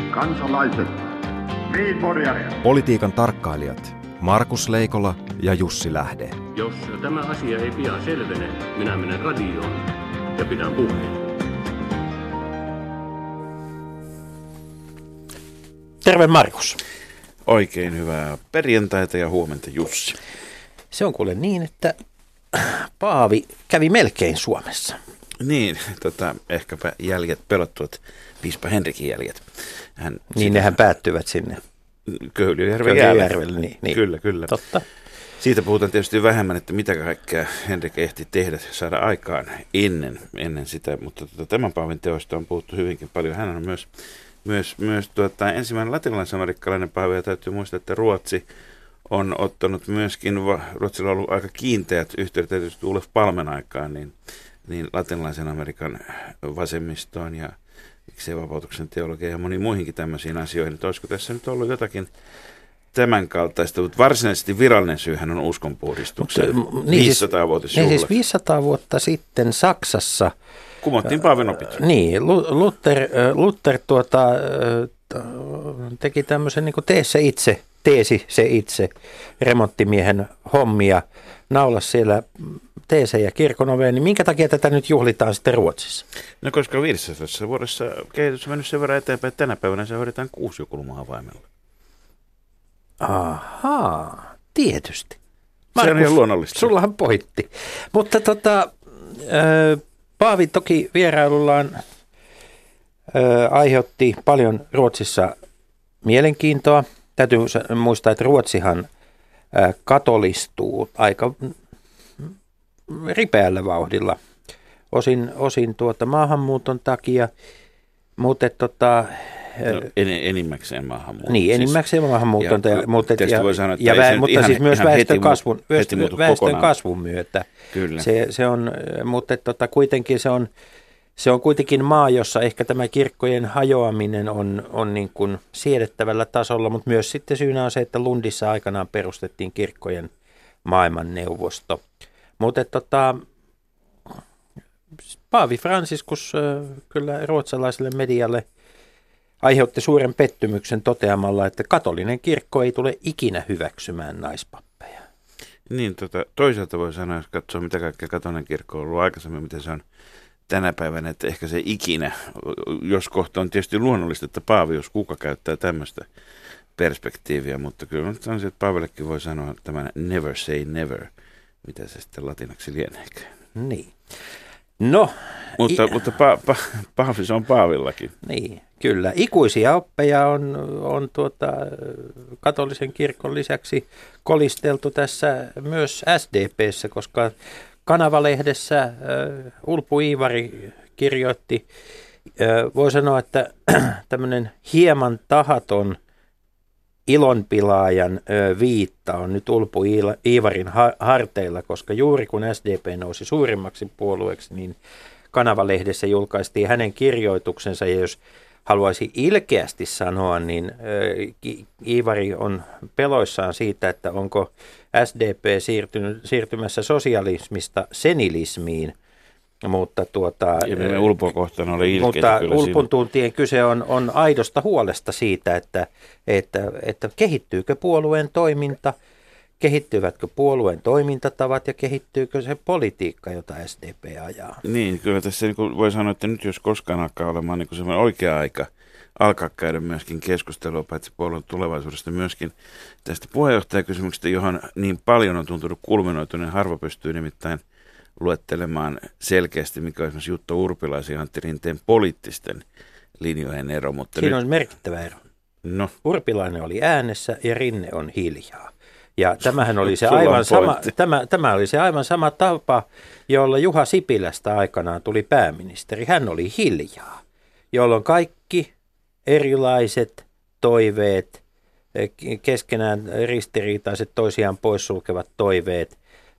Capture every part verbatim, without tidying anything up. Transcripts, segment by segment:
kansalaiset, politiikan tarkkailijat Markus Leikola ja Jussi Lähde. Jos tämä asia ei pian selvene, minä menen radioon ja pidän puheen. Terve Markus. Oikein hyvää perjantaita ja huomenta Jussi. Se on kuule niin, että Paavi kävi melkein Suomessa. Niin, tota, ehkäpä jäljet pelottuvat, piispa Henrikin jäljet. Hän niin sitä, nehän päättyvät sinne. Köyhliöjärven Köyhliöjärvelle, niin, niin. Kyllä, kyllä. Totta. Siitä puhutaan tietysti vähemmän, että mitä kaikkea Henrik ehti tehdä, saada aikaan ennen, ennen sitä, mutta tota, tämän Paavin teosta on puhuttu hyvinkin paljon. Hän on myös, myös, myös tuota, ensimmäinen latinalaisamerikkalainen Paavi, ja täytyy muistaa, että Ruotsi on ottanut myöskin, Ruotsilla on ollut aika kiinteät yhteydet tietysti Olof Palmen aikaan, niin, niin latinalaisen Amerikan vasemmistoon ja miksei vapautuksen teologia ja moniin muihinkin tämmöisiin asioihin. Että olisiko tässä nyt ollut jotakin tämän kaltaista, mutta varsinaisesti virallinen syyhän on uskonpuhdistuksen viisisataavuotisjuhlat. Niin siis viisisataa vuotta sitten Saksassa kumottiin Paavin opit. Äh, niin, Luther, Luther tuota, äh, teki tämmöisen niin kuin tee se itse, teesi se itse remonttimiehen hommia, naulasi siellä teesejä kirkon oveen, niin minkä takia tätä nyt juhlitaan sitten Ruotsissa? No koska viidessäsadassa vuodessa kehitys on mennyt sen verran eteenpäin, että tänä päivänä se hoidetaan kuusijokulmaa avaimella. Ahaa, tietysti. Markus, se on ihan luonnollista. Sullahan pointti. Mutta tota, Paavi toki vierailullaan aiheutti paljon Ruotsissa mielenkiintoa. Täytyy muistaa, että Ruotsihan katolistuu aika ripeällä vauhdilla, osin, osin tuota maahanmuuton takia, mutta tota, no, en, enimmäkseen maahanmuuton. Niin, enimmäkseen maahanmuuton, ja, mutta, ja, sanoa, ja vä, mutta ihan, siis myös väestön, kasvun, väestön, väestön kasvun myötä. Kyllä. Se, se on, mutta tota, kuitenkin se on, se on kuitenkin maa, jossa ehkä tämä kirkkojen hajoaminen on, on niin kuin siedettävällä tasolla, mutta myös sitten syynä on se, että Lundissa aikanaan perustettiin kirkkojen maailmanneuvosto. Mutta tota, Paavi Franciscus kyllä ruotsalaiselle medialle aiheutti suuren pettymyksen toteamalla, että katolinen kirkko ei tule ikinä hyväksymään naispappeja. Niin, tota, toisaalta voi sanoa, jos katsoo mitä kaikkea katolinen kirkko on ollut aikaisemmin, mitä se on tänä päivänä, että ehkä se ikinä, jos kohta on tietysti luonnollista, että Paavi, jos kuka käyttää tämmöistä perspektiiviä, mutta kyllä on sanoisin, että Paavellekin voi sanoa tämän never say never, mitä se sitten latinaksi lieneekään. Niin. No. Mutta, i- mutta pa, pa, Paavi se on Paavillakin. Niin, kyllä. Ikuisia oppeja on, on tuota, katolisen kirkon lisäksi kolisteltu tässä myös S D P:ssä, koska Kanava-lehdessä äh, Ulpu Iivari kirjoitti, äh, voi sanoa, että tämmöinen hieman tahaton ilonpilaajan ö, viitta on nyt Ulpu Iivarin ha- harteilla, koska juuri kun S D P nousi suurimmaksi puolueeksi, niin Kanava-lehdessä julkaistiin hänen kirjoituksensa, ja jos haluaisi ilkeästi sanoa, niin ö, Iivari on peloissaan siitä, että onko S D P siirtynyt, siirtymässä sosialismista senilismiin. Mutta tuota, ja Ulpua kohtaan oli ilkeitä mutta Ulpun tuntien kyse on, on aidosta huolesta siitä, että, että, että kehittyykö puolueen toiminta, kehittyvätkö puolueen toimintatavat ja kehittyykö se politiikka, jota S D P ajaa. Niin, kyllä tässä niin kuin voi sanoa, että nyt jos koskaan alkaa olemaan niin kuin semmoinen oikea aika alkaa käydä myöskin keskustelua paitsi puolueen tulevaisuudesta myöskin tästä puheenjohtajakysymyksestä, johon niin paljon on tuntunut kulminoituneen, harva pystyy nimittäin luettelemaan selkeästi, mikä on esimerkiksi Jutta Urpilaisen ja Antti Rinteen poliittisten linjojen ero. Mutta siinä nyt on merkittävä ero. No. Urpilainen oli äänessä ja Rinne on hiljaa. Ja tämähän oli se aivan sama, tämä, tämä oli se aivan sama tapa, jolla Juha Sipilästä aikanaan tuli pääministeri. Hän oli hiljaa, jolloin kaikki erilaiset toiveet, keskenään ristiriitaiset, toisiaan poissulkevat toiveet,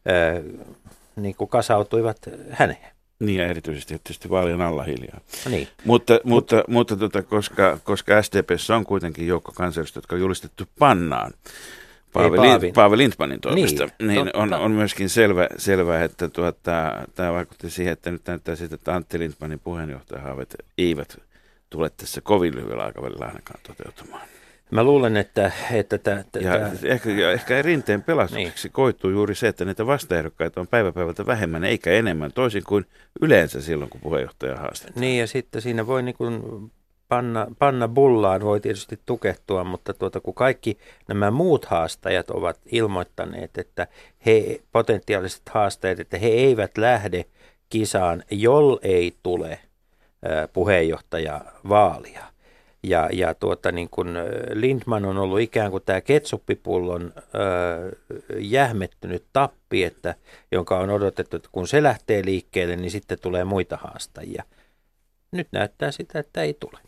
niin kuin kasautuivat häneen. Niin ja erityisesti tietysti vaalien alla hiljaa. Niin. Mutta, Mut, mutta, mutta tota, koska, koska S D P:ssä on kuitenkin joukko kansanedustajia, jotka on julistettu pannaan Paavi, Lind, Paavi Lindtmanin toimesta, niin, niin on, on myöskin selvä, selvä että tuota, tämä vaikutti siihen, että nyt näyttää siitä, että Antti Lindtmanin puheenjohtajahaavet eivät tule tässä kovin lyhyellä aikavälillä ainakaan toteutumaan. Mä luulen, että... että tää, tää, ja tää... Ehkä, ja ehkä Rinteen pelastukseksi niin. koituu juuri se, että niitä vastaehdokkaita on päivä päivältä vähemmän eikä enemmän, toisin kuin yleensä silloin, kun puheenjohtaja haastetaan. Niin, ja sitten siinä voi niin kuin panna, panna bullaan, voi tietysti tukehtua, mutta tuota, kun kaikki nämä muut haastajat ovat ilmoittaneet, että he potentiaaliset haastajat, että he eivät lähde kisaan, jollei tule ää, puheenjohtajavaalia. Ja, ja tuota, niin kun Lindman on ollut ikään kuin tämä ketsuppipullon öö, jähmettynyt tappi, että, jonka on odotettu, että kun se lähtee liikkeelle, niin sitten tulee muita haastajia. Nyt näyttää sitä, että ei tule.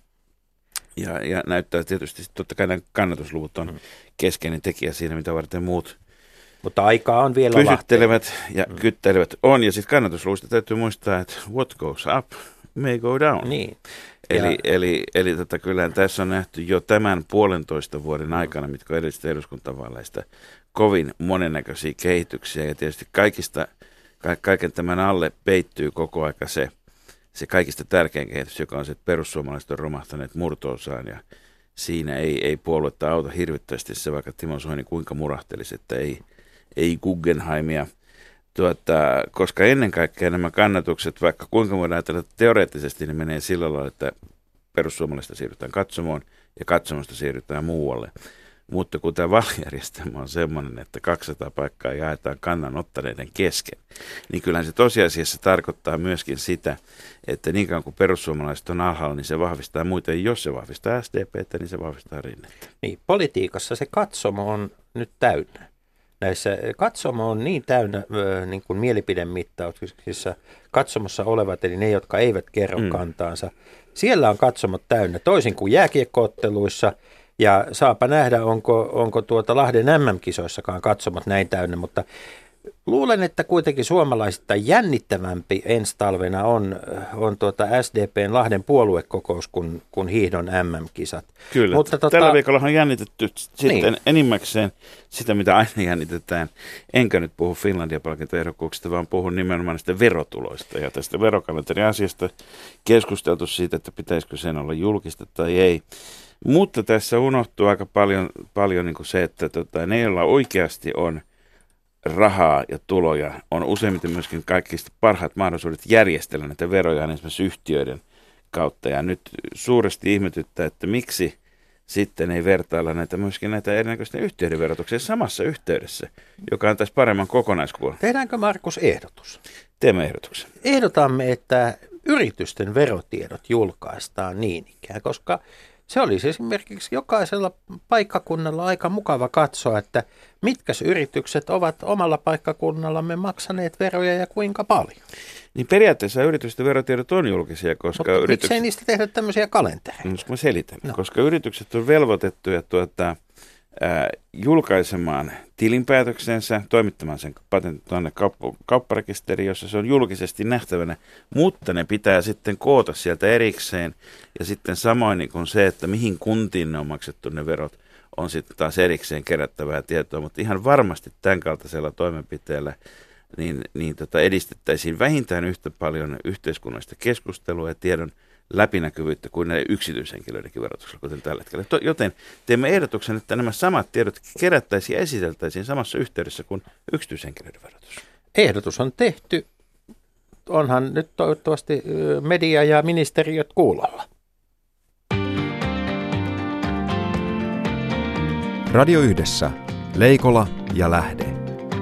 Ja, ja näyttää tietysti, totta kai nämä kannatusluvut on mm. keskeinen tekijä siinä, mitä varten muut Mutta aikaa on vielä pysyttelevät lahteen. ja mm. kyttelevät. On, ja sitten kannatusluvusta täytyy muistaa, että what goes up may go down. Niin. Eli, ja... eli, eli tota, kyllähän tässä on nähty jo tämän puolentoista vuoden aikana, mitkä on edellisistä eduskuntavaaleista, kovin monennäköisiä kehityksiä. Ja tietysti kaikista, ka- kaiken tämän alle peittyy koko aika se, se kaikista tärkein kehitys, joka on se, että perussuomalaiset on romahtaneet murto-osaan. Ja siinä ei, ei puoluetta auta hirvittävästi se, vaikka Timo Soini kuinka murahtelisi, että ei, ei Guggenheimia. Tuota, koska ennen kaikkea nämä kannatukset, vaikka kuinka voidaan ajatella teoreettisesti, niin menee sillä lailla, että perussuomalaisista siirrytään katsomoon ja katsomosta siirrytään muualle. Mutta kun tämä vaalijärjestelmä on sellainen, että kaksisataa paikkaa jaetaan kannanottaneiden kesken, niin kyllähän se tosiasiassa tarkoittaa myöskin sitä, että niin kauan kuin perussuomalaiset on alhaalla, niin se vahvistaa muita. Ja jos se vahvistaa S D P:tä, niin se vahvistaa Rinnettä. Niin, politiikassa se katsomo on nyt täynnä. Näissä katsomo on niin täynnä niin kuin mielipidemittauksissa katsomossa olevat, eli ne, jotka eivät kerro mm. kantaansa. Siellä on katsomot täynnä, toisin kuin jääkiekko-otteluissa, ja saapa nähdä, onko, onko tuota Lahden M M-kisoissakaan katsomot näin täynnä, mutta luulen, että kuitenkin suomalaisista jännittävämpi ensi talvena on, on tuota S D P:n Lahden puoluekokous kuin, kuin hiihdon M M-kisat. Kyllä, mutta tota, tällä viikolla on jännitetty sitten niin. enimmäkseen sitä, mitä aina jännitetään. Enkä nyt puhu Finlandia-palkintoehdokkuuksista, vaan puhun nimenomaan näistä verotuloista. Ja tästä verokalenteriasiasta keskusteltu siitä, että pitäisikö sen olla julkista tai ei. Mutta tässä unohtuu aika paljon, paljon niin kuin se, että tota, ne, joilla oikeasti on rahaa ja tuloja, on useimmiten myöskin kaikista parhaat mahdollisuudet järjestellä näitä veroja esimerkiksi yhtiöiden kautta. Ja nyt suuresti ihmetyttää, että miksi sitten ei vertailla näitä myöskin näitä erinäköisten yhtiöiden verotuksia samassa yhteydessä, joka antaisi paremman kokonaiskuvan. Tehdäänkö, Markus, ehdotus? Teemme ehdotuksen. Ehdotamme, että yritysten verotiedot julkaistaan niin ikään, koska se olisi esimerkiksi jokaisella paikkakunnalla aika mukava katsoa, että mitkä yritykset ovat omalla paikkakunnallamme maksaneet veroja ja kuinka paljon. Niin periaatteessa yritysten verotiedot on julkisia, koska Mutta yritykset... miksei niistä tehdä tämmöisiä kalentereita? No, mä selitän. No. Koska yritykset on velvoitettuja tuota, ää, julkaisemaan tilinpäätöksensä, toimittamaan sen patentin tuonne kauppa- kaupparekisteriin, jossa se on julkisesti nähtävänä, mutta ne pitää sitten koota sieltä erikseen. Ja sitten samoin niin kuin se, että mihin kuntiin ne on maksettu ne verot, on sitten taas erikseen kerättävää tietoa. Mutta ihan varmasti tämän kaltaisella toimenpiteellä niin, niin tota edistettäisiin vähintään yhtä paljon yhteiskunnallista keskustelua ja tiedon läpinäkyvyyttä kuin näiden yksityishenkilöidenkin verotuksella, kuten tällä hetkellä. Joten teemme ehdotuksen, että nämä samat tiedot kerättäisiin ja esiteltäisiin samassa yhteydessä kuin yksityishenkilöiden verotus. Ehdotus on tehty. Onhan nyt toivottavasti media ja ministeriöt kuulolla. Radio Yhdessä. Leikola ja Lähde.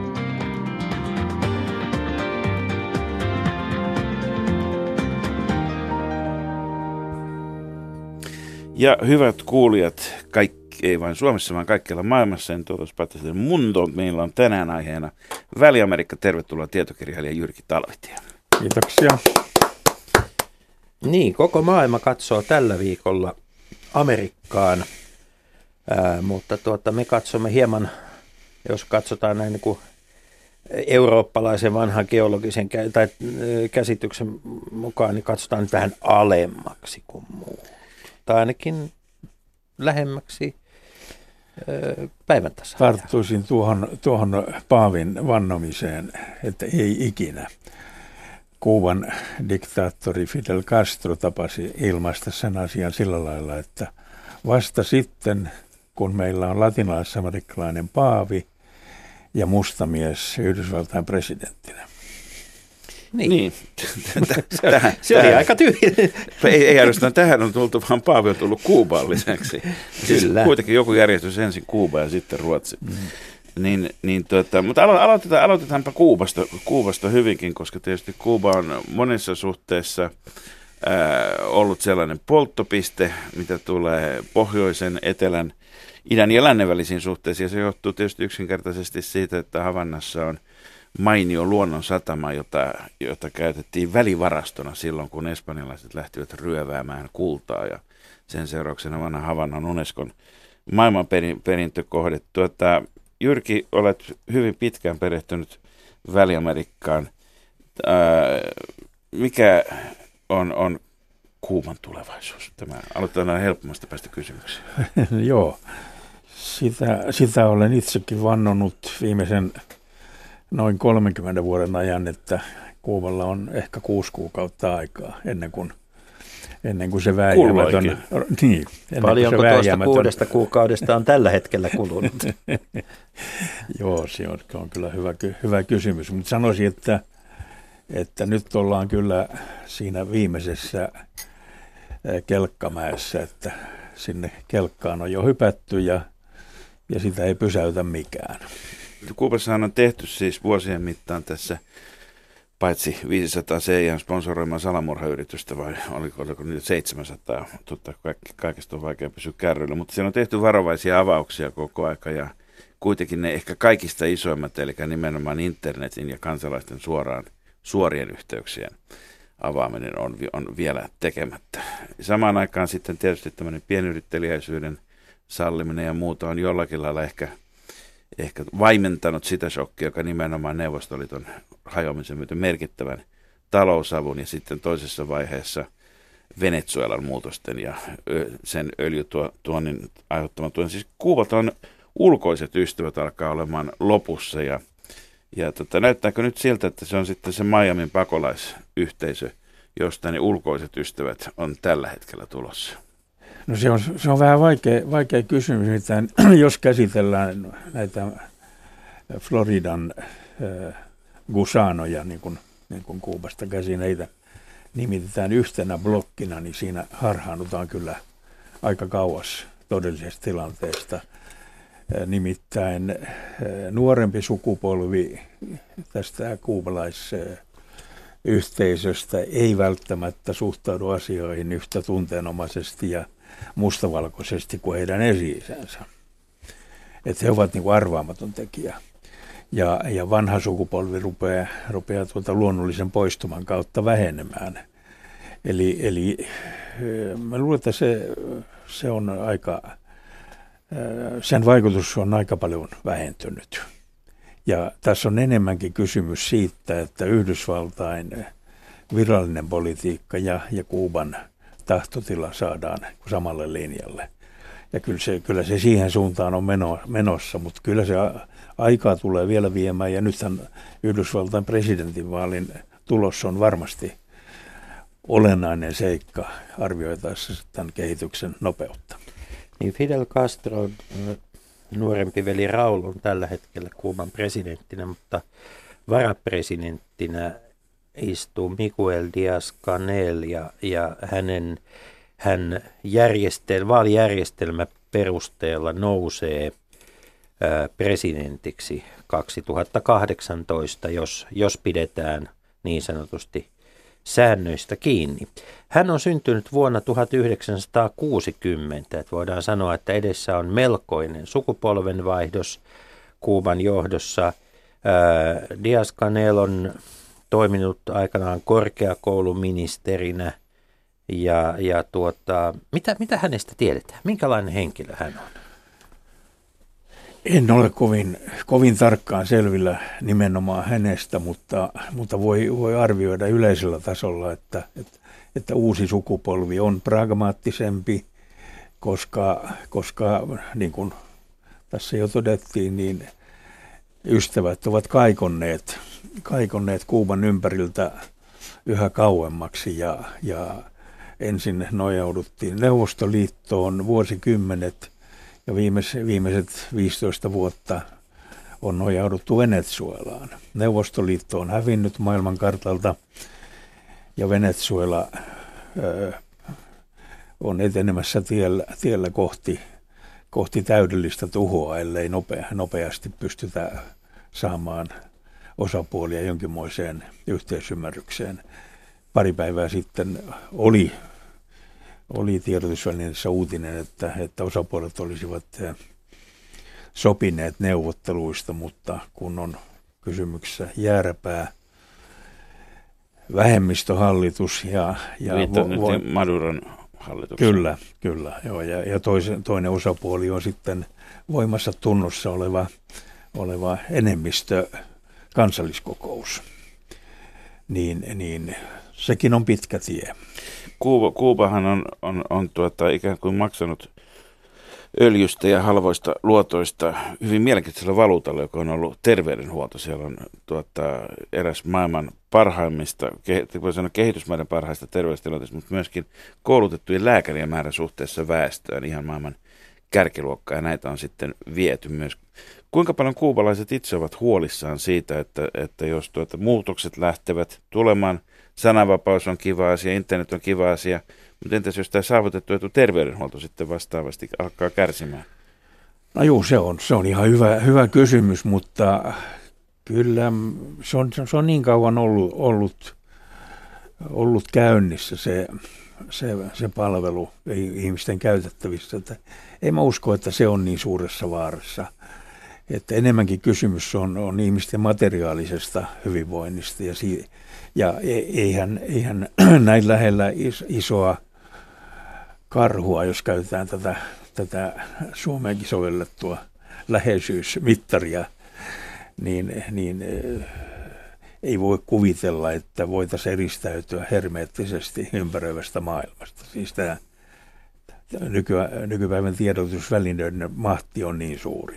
Ja hyvät kuulijat, kaikki, ei vain Suomessa, vaan kaikkialla maailmassa, en tuotos Patterson Mundo. Meillä on tänään aiheena Väli-Amerikka. Tervetuloa tietokirjailija Jyrki Talvitie. Kiitoksia. Niin, koko maailma katsoo tällä viikolla Amerikkaan, Ää, mutta tuota, me katsomme hieman, jos katsotaan näin niin kuin eurooppalaisen vanhan geologisen kä- tai käsityksen mukaan, niin katsotaan nyt vähän alemmaksi kuin muu. Tai ainakin lähemmäksi ö, päivän tasa. Tarttuisin tuohon, tuohon Paavin vannomiseen, että ei ikinä. Kuuban diktaattori Fidel Castro tapasi ilmaista sen asian sillä lailla, että vasta sitten, kun meillä on latinalais-amerikkalainen paavi ja mustamies Yhdysvaltain presidenttinä. Niin. niin. tähän, se oli tähän, aika tyhjä. Ei, ei ainoastaan tähän on tultu, vaan paavi on tullut Kuubaan lisäksi. Siis kuitenkin joku järjestys ensin Kuuba ja sitten Ruotsi. Mm. Niin, niin tuota, mutta alo- aloitetaan, aloitetaanpa Kuubasta, Kuubasta hyvinkin, koska tietysti Kuuba on monessa suhteessa ää, ollut sellainen polttopiste, mitä tulee pohjoisen, etelän, idän ja lännen välisiin suhteisiin. Ja se johtuu tietysti yksinkertaisesti siitä, että Havannassa on mainio luonnon satama, jota, jota käytettiin välivarastona silloin, kun espanjalaiset lähtivät ryöväämään kultaa. Ja sen seurauksena vanha Havanna on Unescon maailmanperintökohde. Tuota, Jyrki, olet hyvin pitkään perehtynyt Väli-Amerikkaan. Ää, mikä on, on Kuuban tulevaisuus? Tämä aloitetaan helpommasta päästä kysymykseen. Joo, sitä, sitä olen itsekin vannonut viimeisen noin kolmenkymmenen vuoden ajan, että Kuuballa on ehkä kuusi kuukautta aikaa ennen kuin, ennen kuin se vääjäämätön... Niin, paljonko se tuosta kuudesta kuukaudesta on tällä hetkellä kulunut? Joo, se on, se on kyllä hyvä, hyvä kysymys, mutta sanoisin, että, että nyt ollaan kyllä siinä viimeisessä kelkkamäessä, että sinne kelkkaan on jo hypätty ja, ja sitä ei pysäytä mikään. Kuubassahan on tehty siis vuosien mittaan tässä paitsi viisisataa C I A:n sponsoroimaa salamurhayritystä, vai oliko, oliko niitä seitsemänsataa, totta kaikesta on vaikea pysyä kärryillä, mutta siellä on tehty varovaisia avauksia koko aika ja kuitenkin ne ehkä kaikista isoimmat, eli nimenomaan internetin ja kansalaisten suoraan, suorien yhteyksien avaaminen on, on vielä tekemättä. Samaan aikaan sitten tietysti tämmöinen pienyritteliäisyyden salliminen ja muuta on jollakin lailla ehkä ehkä vaimentanut sitä shokkia, joka nimenomaan Neuvostoliiton hajoamisen myötä merkittävän talousavun ja sitten toisessa vaiheessa Venezuelan muutosten ja sen öljytuonnin aiheuttaman tuen. Siis Kuubalta ulkoiset ystävät alkaa olemaan lopussa ja, ja tota, näyttääkö nyt siltä, että se on sitten se Miamin pakolaisyhteisö, josta ne ulkoiset ystävät on tällä hetkellä tulossa? No se on, se on vähän vaikea, vaikea kysymys, mitään, jos käsitellään näitä Floridan äh, gusanoja, niin kuin, niin kuin Kuubasta käsin heitä nimitetään yhtenä blokkina, niin siinä harhaannutaan kyllä aika kauas todellisesta tilanteesta. Äh, nimittäin äh, nuorempi sukupolvi tästä kuubalaisyhteisöstä ei välttämättä suhtaudu asioihin yhtä tunteenomaisesti ja mustavalkoisesti kuin heidän esi-isänsä. Että he ovat niin kuin arvaamaton tekijä. Ja, ja vanha sukupolvi rupeaa, rupeaa tuota luonnollisen poistuman kautta vähenemään. Eli, eli mä luulen, että se, se on aika, sen vaikutus on aika paljon vähentynyt. Ja tässä on enemmänkin kysymys siitä, että Yhdysvaltain virallinen politiikka ja, ja Kuuban tahtotila saadaan samalle linjalle. Ja kyllä se, kyllä se siihen suuntaan on meno, menossa, mutta kyllä se aikaa tulee vielä viemään. Ja nythän Yhdysvaltain presidentinvaalin tulos on varmasti olennainen seikka arvioitaessa tämän kehityksen nopeutta. Niin Fidel Castro, nuorempi veli Raul, on tällä hetkellä Kuuban presidenttinä, mutta varapresidenttinä istuu Miguel Díaz-Canel ja, ja hänen, hän järjestel, vaalijärjestelmä perusteella nousee ää, presidentiksi kaksituhattakahdeksantoista, jos, jos pidetään niin sanotusti säännöistä kiinni. Hän on syntynyt vuonna tuhatyhdeksänsataakuusikymmentä, että voidaan sanoa, että edessä on melkoinen sukupolvenvaihdos Kuuban johdossa. Díaz-Canel on toiminut aikanaan korkeakouluministerinä ja, ja tuota, mitä, mitä hänestä tiedetään? Minkälainen henkilö hän on? En ole kovin, kovin tarkkaan selvillä nimenomaan hänestä, mutta, mutta voi, voi arvioida yleisellä tasolla, että, että, että uusi sukupolvi on pragmaattisempi, koska, koska niin kuin tässä jo todettiin, niin ystävät ovat kaikonneet, kaikonneet Kuuban ympäriltä yhä kauemmaksi ja, ja ensin nojauduttiin Neuvostoliittoon vuosikymmenet ja viimeiset, viimeiset viisitoista vuotta on nojauduttu Venezuelaan. Neuvostoliitto on hävinnyt maailmankartalta ja Venezuela ö, on etenemässä tiellä, tiellä kohti, kohti täydellistä tuhoa, ellei nopea, nopeasti pystytä saamaan osapuolia jonkinmoiseen yhteisymmärrykseen. Pari päivää sitten oli, oli tiedotusvälineessä uutinen, että, että osapuolet olisivat sopineet neuvotteluista, mutta kun on kysymyksessä jääräpää vähemmistöhallitus ja... ja Viittaan vo, vo, nyt Maduron hallituksen. Kyllä, kyllä. Joo, ja ja toisen, toinen osapuoli on sitten voimassa tunnossa oleva, oleva enemmistö kansalliskokous. Niin, niin sekin on pitkä tie. Kuuba, Kuubahan on, on, on tuota, ikään kuin maksanut öljystä ja halvoista luotoista hyvin mielenkiintoisella valuutalla, joka on ollut terveydenhuolto. Siellä on tuota, eräs maailman parhaimmista, voi sanoa kehitysmaiden parhaista terveystilanteista, mutta myöskin koulutettujen lääkärien määrä suhteessa väestöön, ihan maailman kärkiluokkaa, ja näitä on sitten viety myös. Kuinka paljon kuubalaiset itse ovat huolissaan siitä, että, että jos tuota, muutokset lähtevät tulemaan, sananvapaus on kiva asia, internet on kiva asia, mutta entäs jos tämä saavutettu etu terveydenhuolto sitten vastaavasti alkaa kärsimään? No juu, se on, se on ihan hyvä, hyvä kysymys, mutta kyllä se on, se on niin kauan ollut, ollut, ollut käynnissä se, se, se palvelu ihmisten käytettävissä, että en mä usko, että se on niin suuressa vaarassa. Että enemmänkin kysymys on, on ihmisten materiaalisesta hyvinvoinnista ja, si- ja eihän, eihän näin lähellä isoa karhua, jos käytetään tätä, tätä Suomeenkin sovellettua läheisyysmittaria, niin, niin ei voi kuvitella, että voitaisiin eristäytyä hermeettisesti ympäröivästä maailmasta. Siis tämä nyky, nykypäivän tiedotusvälineiden mahti on niin suuri.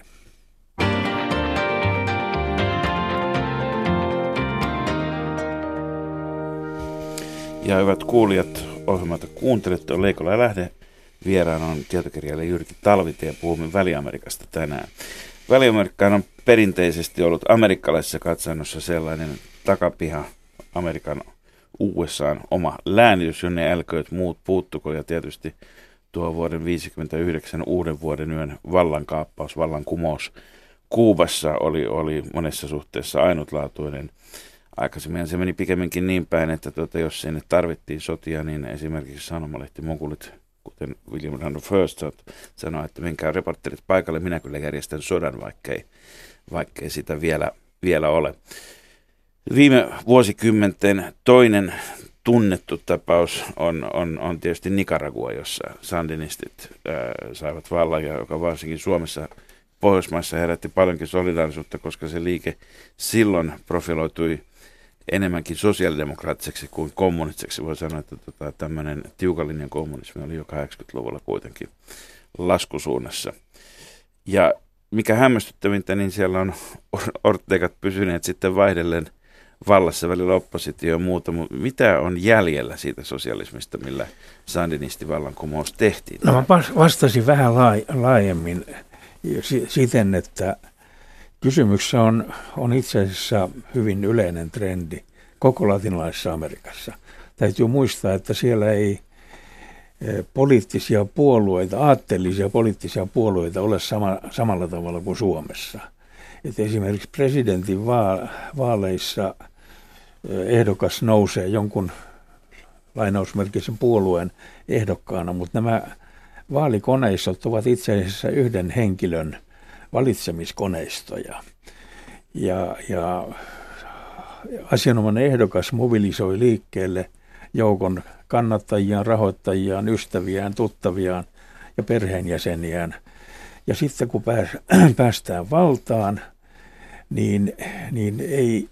Ja hyvät kuulijat, ohjelmata kuuntelette on Leikola ja Lähde. Vieraana on tietokirjailija Jyrki Talvitie ja puhumme Väli-Amerikasta tänään. Väli-Amerikka on perinteisesti ollut amerikkalaisessa katsannossa sellainen takapiha Amerikan U S A:n oma läänitys, jonne älkööt muut puuttuko. Ja tietysti tuo vuoden viisikymmentäyhdeksän uuden vuoden yön vallankaappaus, vallankumous Kuubassa oli, oli monessa suhteessa ainutlaatuinen. Aikaisemmin se meni pikemminkin niin päin, että tuota, jos sinne tarvittiin sotia, niin esimerkiksi sanomalehti-mogulit, kuten William Randolph Hearst sanoi, että menkää reporterit paikalle, minä kyllä järjestän sodan, vaikkei, vaikkei sitä vielä, vielä ole. Viime vuosikymmenten toinen tunnettu tapaus on, on, on tietysti Nicaragua, jossa sandinistit ää, saivat vallan, ja joka varsinkin Suomessa, Pohjoismaissa herätti paljonkin solidaarisuutta, koska se liike silloin profiloitui enemmänkin sosiaalidemokraattiseksi kuin kommunistiseksi. Voi sanoa, että tota, tämmöinen tiukallinen kommunismi oli jo kahdeksankymmentäluvulla kuitenkin laskusuunnassa. Ja mikä hämmästyttävintä, niin siellä on Ortegat pysyneet sitten vaihdellen vallassa, välillä oppositio ja muuta. Mutta mitä on jäljellä siitä sosialismista, millä sandinistivallankumous tehtiin? No mä vastasin vähän laajemmin siten, että kysymyksessä on, on itse asiassa hyvin yleinen trendi koko latinalaisessa Amerikassa. Täytyy muistaa, että siellä ei poliittisia puolueita, aatteellisia poliittisia puolueita ole sama, samalla tavalla kuin Suomessa. Että esimerkiksi presidentin vaaleissa ehdokas nousee jonkun lainausmerkisen puolueen ehdokkaana, mutta nämä vaalikoneistot ovat itse asiassa yhden henkilön valitsemiskoneistoja. Ja, ja asianomainen ehdokas mobilisoi liikkeelle joukon kannattajiaan, rahoittajiaan, ystäviään, tuttaviaan ja perheenjäseniään. Ja sitten kun päästään valtaan, niin, niin ei,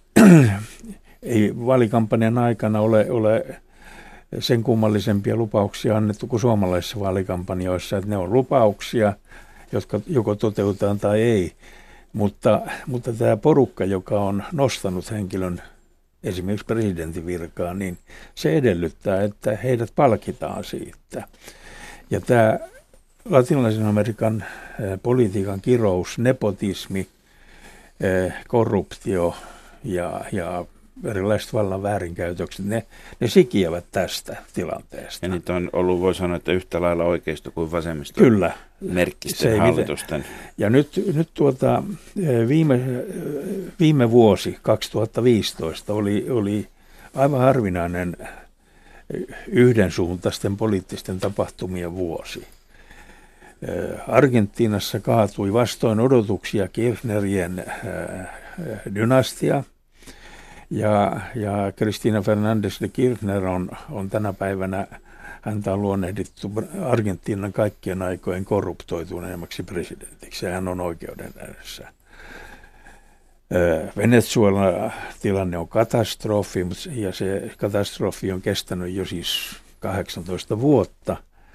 ei vaalikampanjan aikana ole, ole sen kummallisempia lupauksia annettu kuin suomalaisissa vaalikampanjoissa, että ne on lupauksia, jotka joko toteutetaan tai ei. Mutta, mutta tämä porukka, joka on nostanut henkilön esimerkiksi presidentin virkaan, niin se edellyttää, että heidät palkitaan siitä. Ja tämä latinalaisen Amerikan politiikan kirous, nepotismi, korruptio ja, ja erilaiset vallan väärinkäytökset, ne, ne sikiävät tästä tilanteesta. Ja niitä on ollut, voi sanoa, että yhtä lailla oikeisto kuin vasemmisto. Kyllä. Merkkisten hallitusten. Ja nyt, nyt tuota, viime, viime vuosi, kaksituhattaviisitoista, oli, oli aivan harvinainen yhdensuuntaisten poliittisten tapahtumien vuosi. Argentiinassa kaatui vastoin odotuksia Kirchnerien dynastia. Ja, ja Cristina Fernández de Kirchner on, on tänä päivänä, häntä on luonnehdittu Argentiinan kaikkien aikojen korruptoituneemmaksi presidentiksi. Hän on oikeuden edessä. Venezuelan tilanne on katastrofi, ja se katastrofi on kestänyt jo siis kahdeksantoista vuotta.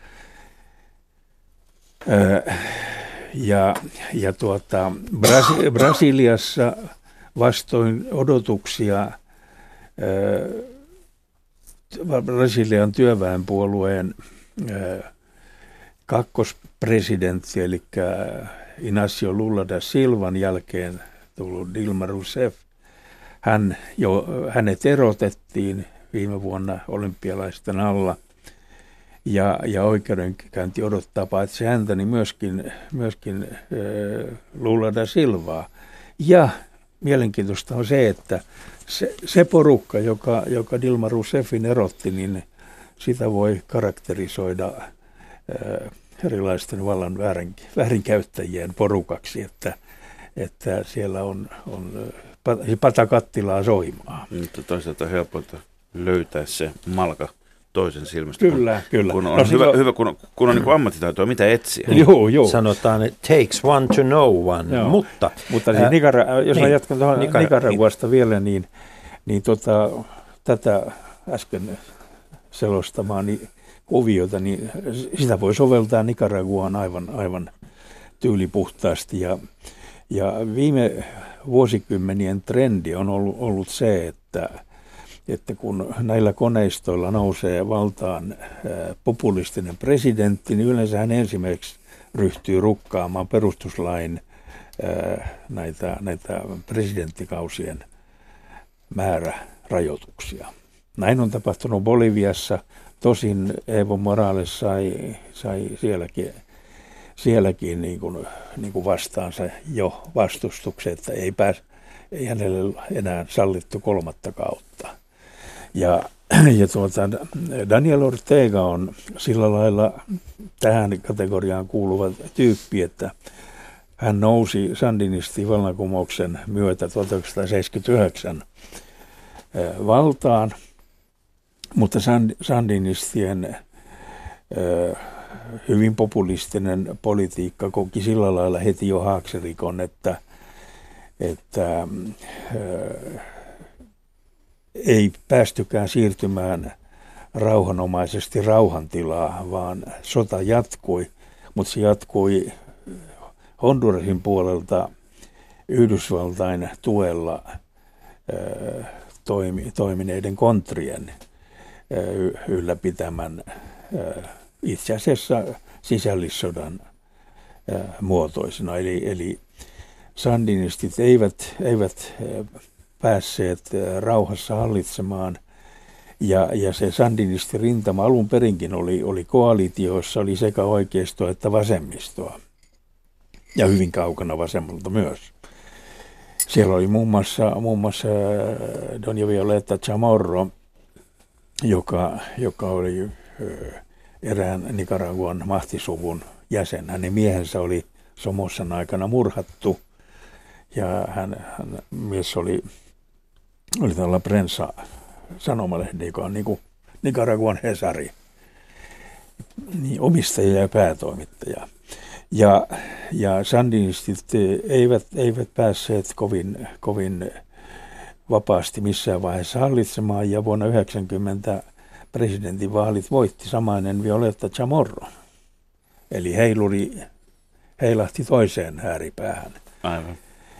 Ja, ja tuota, Brasi- Brasiliassa vastoin odotuksia Brasilian työväenpuolueen kakkospresidentti, eli Inácio Lula da Silvan jälkeen tullut Dilma Rousseff, hän jo, hänet erotettiin viime vuonna olympialaisten alla. Ja, ja oikeudenkäynti odottaa paitsi häntä, niin myöskin, myöskin äh, Lula da Silvaa. Ja mielenkiintoista on se, että se, se porukka, joka, joka Dilma Rousseffin erotti, niin sitä voi karakterisoida äh, erilaisten vallan väärin, väärinkäyttäjien porukaksi, että, että siellä on, on patakattilaa soimaa. Mutta toisaalta on helpolta löytää se malka toisen silmästä. Kyllä, kun, kyllä. Kun on, no, hyvä, silloin, hyvä, kun on, kun on niin kuin ammattitaitoa, mitä etsiä. Joo, joo. Sanotaan, että takes one to know one, joo. mutta... Mutta siis ää, Nicara, jos niin, mä jatkan tuohon Nicara, Nicaraguasta niin. vielä, niin, niin tota, tätä äsken selostamaani kuviota, niin sitä voi soveltaa Nicaraguaan aivan, aivan tyylipuhtaasti. Ja, ja viime vuosikymmenien trendi on ollut, ollut se, että että kun näillä koneistoilla nousee valtaan populistinen presidentti, niin yleensä hän ensimmäiseksi ryhtyy rukkaamaan perustuslain näitä, näitä presidenttikausien määrärajoituksia. Näin on tapahtunut Boliviassa, tosin Evo Morales sai, sai sielläkin, sielläkin niin kuin, niin kuin vastaansa jo vastustuksen, että ei, pääs, ei hänelle enää sallittu kolmatta kautta. Ja, ja tuota, Daniel Ortega on sillä lailla tähän kategoriaan kuuluva tyyppi, että hän nousi sandinistivallankumouksen myötä tuhatyhdeksänsataaseitsemänkymmentäyhdeksän valtaan, mutta sandinistien hyvin populistinen politiikka koki sillä lailla heti jo haaksirikon, että, että ei päästykään siirtymään rauhanomaisesti rauhantilaa, vaan sota jatkui, mutta se jatkui Hondurasin puolelta Yhdysvaltain tuella äh, toimi, toimineiden kontrien äh, ylläpitämän äh, itse asiassa sisällissodan äh, muotoisena. Eli, eli sandinistit eivät, eivät äh, päässeet rauhassa hallitsemaan, ja, ja se sandinistirintama alun perinkin oli, oli koalitio, jossa oli sekä oikeistoa että vasemmistoa, ja hyvin kaukana vasemmalta myös. Siellä oli muun muassa, muun muassa Doña Violeta Chamorro, joka, joka oli erään Nicaraguan mahtisuvun jäsen. Hänen miehensä oli Somosan aikana murhattu, ja hän, hän mies oli, oli tällä Prensa sanomalehdi, joka on niin kuin Nicaraguan Hesari, niin omistaja ja päätoimittaja. Ja, ja sandinistit eivät, eivät päässeet kovin, kovin vapaasti missään vaiheessa hallitsemaan, ja vuonna yhdeksänkymmentä presidentinvaalit voitti samainen Violeta Chamorro. Eli heiluri heilahti toiseen ääripäähän. Aivan.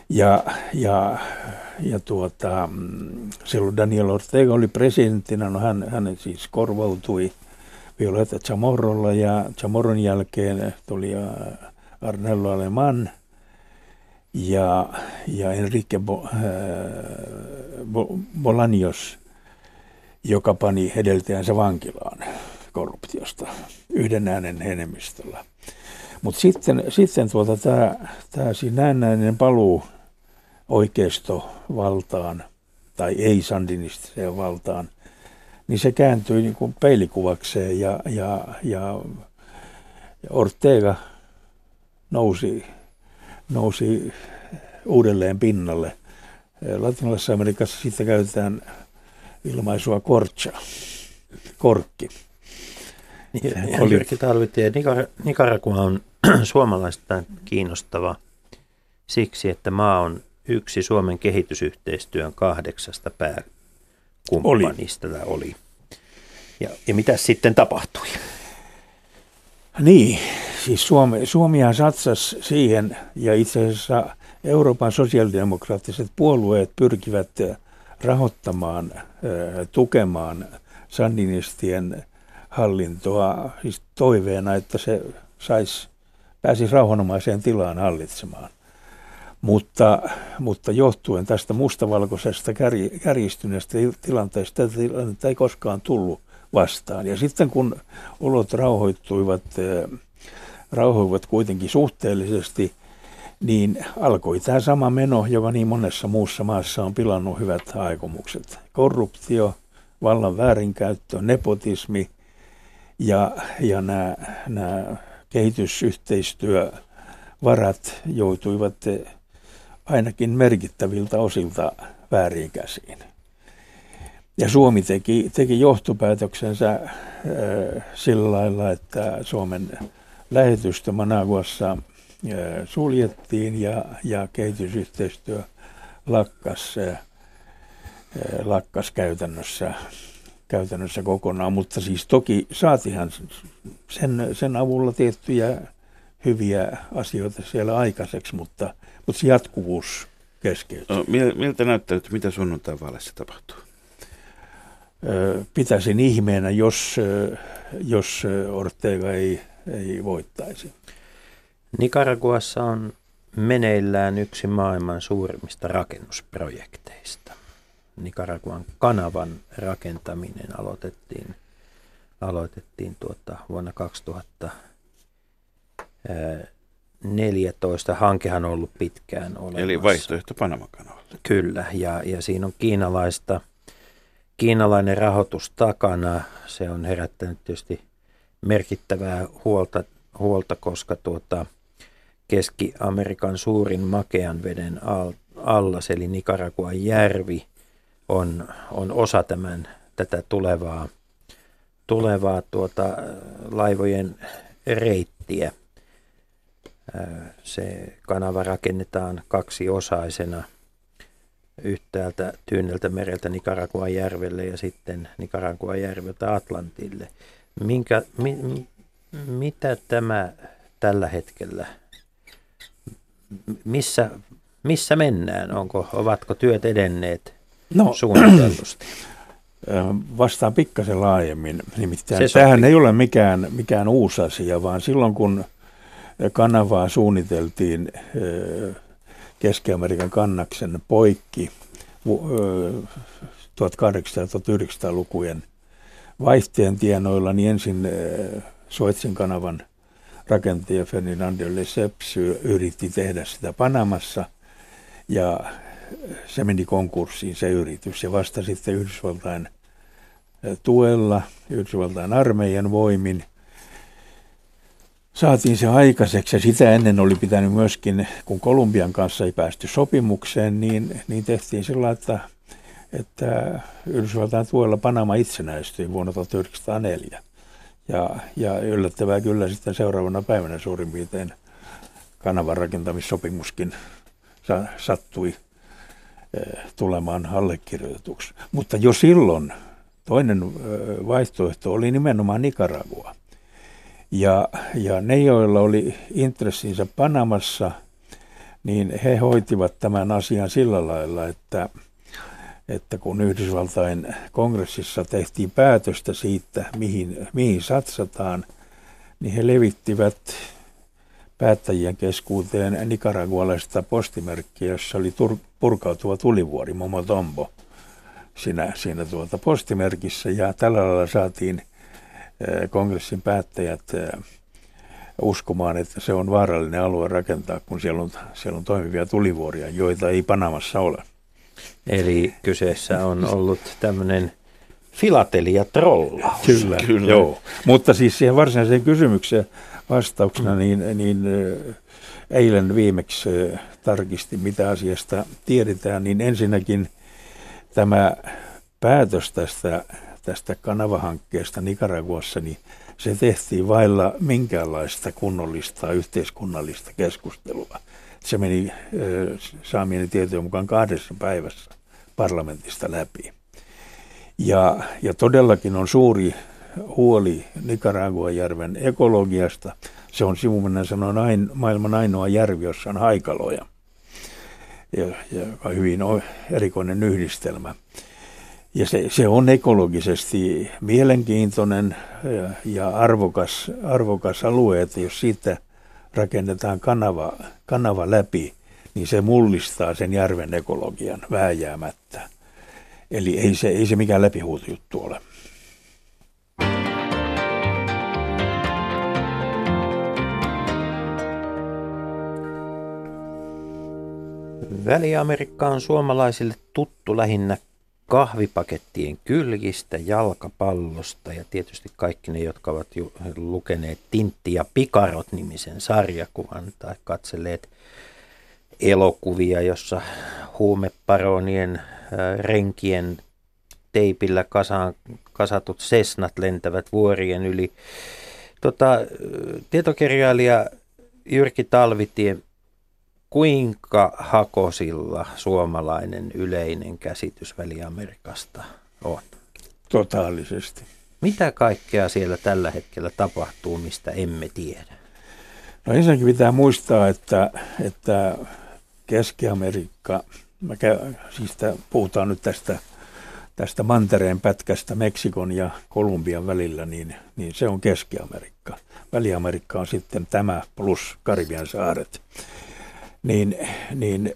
Ja, ja, ja tuota, silloin Daniel Ortega oli presidenttinä, no hän, hän siis korvautui Violeta Chamorrolla ja Chamorron jälkeen tuli Arnello Alemán ja, ja Enrique Bo, äh, Bo, Bolaños, joka pani edeltäjänsä vankilaan korruptiosta yhden äänen enemmistöllä. Mutta sitten, sitten tuota, tämä näennäinen paluu oikeistovaltaan tai ei-sandinistiseen valtaan, niin se kääntyi niin kuin peilikuvakseen ja, ja, ja Ortega nousi, nousi uudelleen pinnalle. Latinalaisessa Amerikassa siitä käytetään ilmaisua korcha, korkki. Jyrki Talvitie, Nicaragua on suomalaista kiinnostava siksi, että maa on yksi Suomen kehitysyhteistyön kahdeksasta pääkumppanista. Oli. oli. Ja, ja mitä sitten tapahtui? Niin, siis Suomi, Suomihan satsasi siihen, ja itse asiassa Euroopan sosiaalidemokraattiset puolueet pyrkivät rahoittamaan, tukemaan sandinistien hallintoa, siis toiveena, että se sais, pääsisi rauhanomaiseen tilaan hallitsemaan. Mutta, mutta johtuen tästä mustavalkoisesta kär, kärjistyneestä tilanteesta, tätä tilannetta ei koskaan tullut vastaan. Ja sitten kun olot rauhoittuivat, rauhoivat kuitenkin suhteellisesti, niin alkoi tämä sama meno, joka niin monessa muussa maassa on pilannut hyvät aikomukset. Korruptio, vallan väärinkäyttö, nepotismi ja, ja nämä, nämä kehitysyhteistyövarat joutuivat ainakin merkittäviltä osilta väärin käsiin. Ja Suomi teki, teki johtopäätöksensä äh, sillä lailla, että Suomen lähetystö Managuassa äh, suljettiin ja, ja kehitysyhteistyö lakkas, äh, lakkas käytännössä, käytännössä kokonaan. Mutta siis toki saatihan sen, sen avulla tiettyjä hyviä asioita siellä aikaiseksi, mutta, mutta se jatkuvuus keskeytyy. No, miltä näyttää, että mitä sunnuntain vaaleissa tapahtuu? Pitäisin ihmeenä, jos, jos Ortega ei, ei voittaisi. Nicaraguassa on meneillään yksi maailman suurimmista rakennusprojekteista. Nicaraguan kanavan rakentaminen aloitettiin, aloitettiin tuota vuonna kaksituhattaneljätoista. Hankehan on ollut pitkään olemassa. Eli vaihtoehto Panama-kanavalle. Kyllä, ja, ja siinä on kiinalaista, kiinalainen rahoitus takana. Se on herättänyt tietysti merkittävää huolta, huolta koska tuota Keski-Amerikan suurin makean veden allas, eli Nicaraguan järvi, on, on osa tämän, tätä tulevaa, tulevaa tuota, laivojen reittiä. Se kanava rakennetaan kaksiosaisena yhtäältä Tyyneltä mereltä Nicaraguan järvelle ja sitten Nicaraguan järveltä Atlantille. Minkä, mi, mitä tämä tällä hetkellä, missä, missä mennään? Onko, ovatko työt edenneet no, suunnitellusti? Vastaan pikkasen laajemmin. Nimittäin tämähän ei ole mikään, mikään uusi asia, vaan silloin kun kanavaa suunniteltiin Keski-Amerikan kannaksen poikki tuhatkahdeksansataa- ja tuhatyhdeksänsataalukujen vaihteen tienoilla, niin ensin Suezin kanavan rakentaja Ferdinand de Lesseps yritti tehdä sitä Panamassa ja se meni konkurssiin se yritys ja vasta sitten Yhdysvaltain tuella, Yhdysvaltain armeijan voimin saatiin se aikaiseksi ja sitä ennen oli pitänyt myöskin, kun Kolumbian kanssa ei päästy sopimukseen, niin, niin tehtiin sillä, että, että Yhdysvaltain tuella Panama itsenäistyi vuonna tuhatyhdeksänsataaneljä. Ja, ja yllättävää kyllä sitten seuraavana päivänä suurin piirtein kanavan rakentamissopimuskin sa, sattui eh, tulemaan allekirjoitetuksi. Mutta jo silloin toinen eh, vaihtoehto oli nimenomaan Nicaragua. Ja, ja ne, joilla oli intressinsä Panamassa, niin he hoitivat tämän asian sillä lailla, että, että kun Yhdysvaltain kongressissa tehtiin päätöstä siitä, mihin, mihin satsataan, niin he levittivät päättäjien keskuuteen nicaragualaista postimerkkiä, jossa oli tur- purkautuva tulivuori, Momotombo, siinä, siinä tuota postimerkissä. Ja tällä lailla saatiin kongressin päättäjät uskomaan, että se on vaarallinen alue rakentaa, kun siellä on, siellä on toimivia tulivuoria, joita ei Panamassa ole. Eli kyseessä on ollut tämmöinen filateliatrollaus. Kyllä, Kyllä. Joo. Mutta siis siihen varsinaiseen kysymykseen vastauksena, niin, niin eilen viimeksi tarkistin, mitä asiasta tiedetään, niin ensinnäkin tämä päätös tästä, tästä kanavahankkeesta Nicaraguassa, niin se tehtiin vailla minkäänlaista kunnollista yhteiskunnallista keskustelua. Se meni saamieni tietojen mukaan kahdessa päivässä parlamentista läpi. Ja, ja todellakin on suuri huoli Nicaraguajärven ekologiasta. Se on sivumennen sanoen ain, maailman ainoa järvi, jossa on haikaloja, ja, ja hyvin erikoinen yhdistelmä. Ja se, se on ekologisesti mielenkiintoinen ja, ja arvokas, arvokas alue, että jos siitä rakennetaan kanava, kanava läpi, niin se mullistaa sen järven ekologian vääjäämättä. Eli ei se, ei se mikään läpihuutojuttu ole. Väli-Amerikka on suomalaisille tuttu lähinnä kahvipakettien kylkistä, jalkapallosta ja tietysti kaikki ne, jotka ovat ju- lukeneet Tintti ja Pikarot-nimisen sarjakuvan tai katselleet elokuvia, jossa huumeparonien äh, renkien teipillä kasaan, kasatut sesnat lentävät vuorien yli. Tota, tietokirjailija Jyrki Talvitie, kuinka hakosilla suomalainen yleinen käsitys Väli-Amerikasta on? Totaalisesti. Mitä kaikkea siellä tällä hetkellä tapahtuu, mistä emme tiedä? No ensinnäkin pitää muistaa, että, että Keski-Amerikka, siis puhutaan nyt tästä, tästä mantereen pätkästä Meksikon ja Kolumbian välillä, niin, niin se on Keski-Amerikka. Väli-Amerikka on sitten tämä plus Karibian saaret. Niin, niin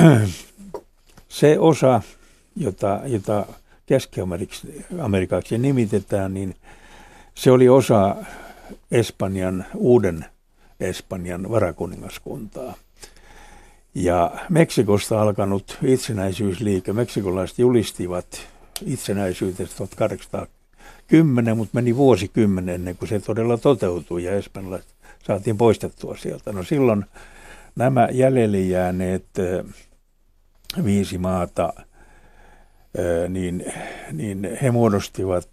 se osa, jota, jota Keski-Amerikaksi nimitetään, niin se oli osa Espanjan, uuden Espanjan varakuningaskuntaa. Ja Meksikosta alkanut itsenäisyysliike, meksikolaiset julistivat itsenäisyydestä tuhatkahdeksansataakymmenen, mutta meni vuosikymmenen ennen kuin se todella toteutui ja espanjalaiset saatiin poistettua sieltä. No silloin nämä jäljelle jääneet viisi maata, niin, niin he muodostivat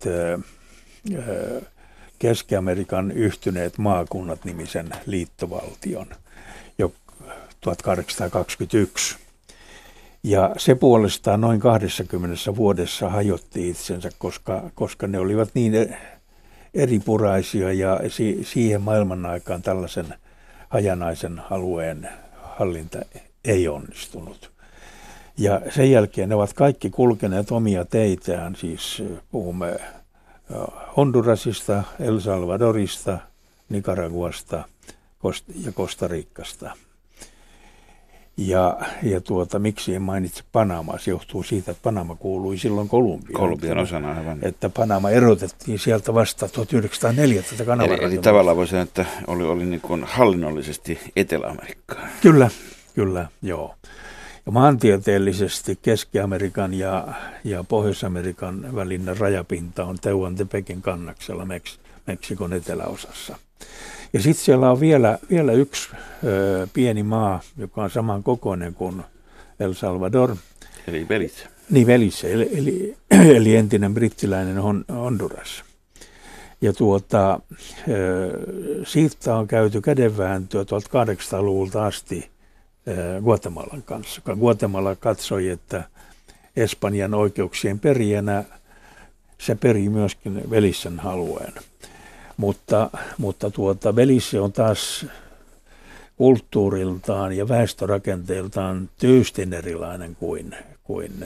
Keski-Amerikan yhtyneet maakunnat nimisen liittovaltion jo tuhatkahdeksansataakaksikymmentäyksi. Ja se puolestaan noin kaksikymmentä vuodessa hajotti itsensä, koska, koska ne olivat niin eripuraisia ja si, siihen maailman aikaan tällaisen hajanaisen alueen hallinta ei onnistunut. Ja sen jälkeen ne ovat kaikki kulkeneet omia teitään, siis puhumme Hondurasista, El Salvadorista, Nicaraguasta ja Costa Ricasta. Ja, ja tuota, miksi en mainitse Panamaa, se johtuu siitä, että Panama kuului silloin Kolumbiaan. Kolumbian osana aivan. Että Panama erotettiin sieltä vasta tuhatyhdeksänsataaneljä tätä kanavaa. Eli, eli tavallaan voi sanoa, että oli, oli niin kuin hallinnollisesti Etelä-Amerikkaa. Kyllä, kyllä, joo. Ja maantieteellisesti Keski-Amerikan ja, ja Pohjois-Amerikan välinen rajapinta on Tehuantepekin kannaksella Meks, Meksikon eteläosassa. Ja sitten siellä on vielä, vielä yksi ö, pieni maa, joka on saman kokoinen kuin El Salvador. Eli Belize. Niin, Belize, eli, eli, eli entinen brittiläinen Honduras. Ja tuota, ö, siitä on käyty kädenvääntöä tuhatkahdeksansataaluvulta asti ö, Guatemalan kanssa. Guatemala katsoi, että Espanjan oikeuksien perijänä se perii myöskin Belicen alueen. Mutta, mutta tuota, Belize on taas kulttuuriltaan ja väestörakenteeltaan tyystin erilainen kuin, kuin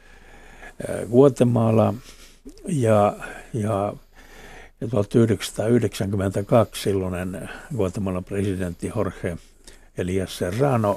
Guatemala. Ja, ja tuhatyhdeksänsataayhdeksänkymmentäkaksi silloinen Guatemalan presidentti Jorge Elias Serrano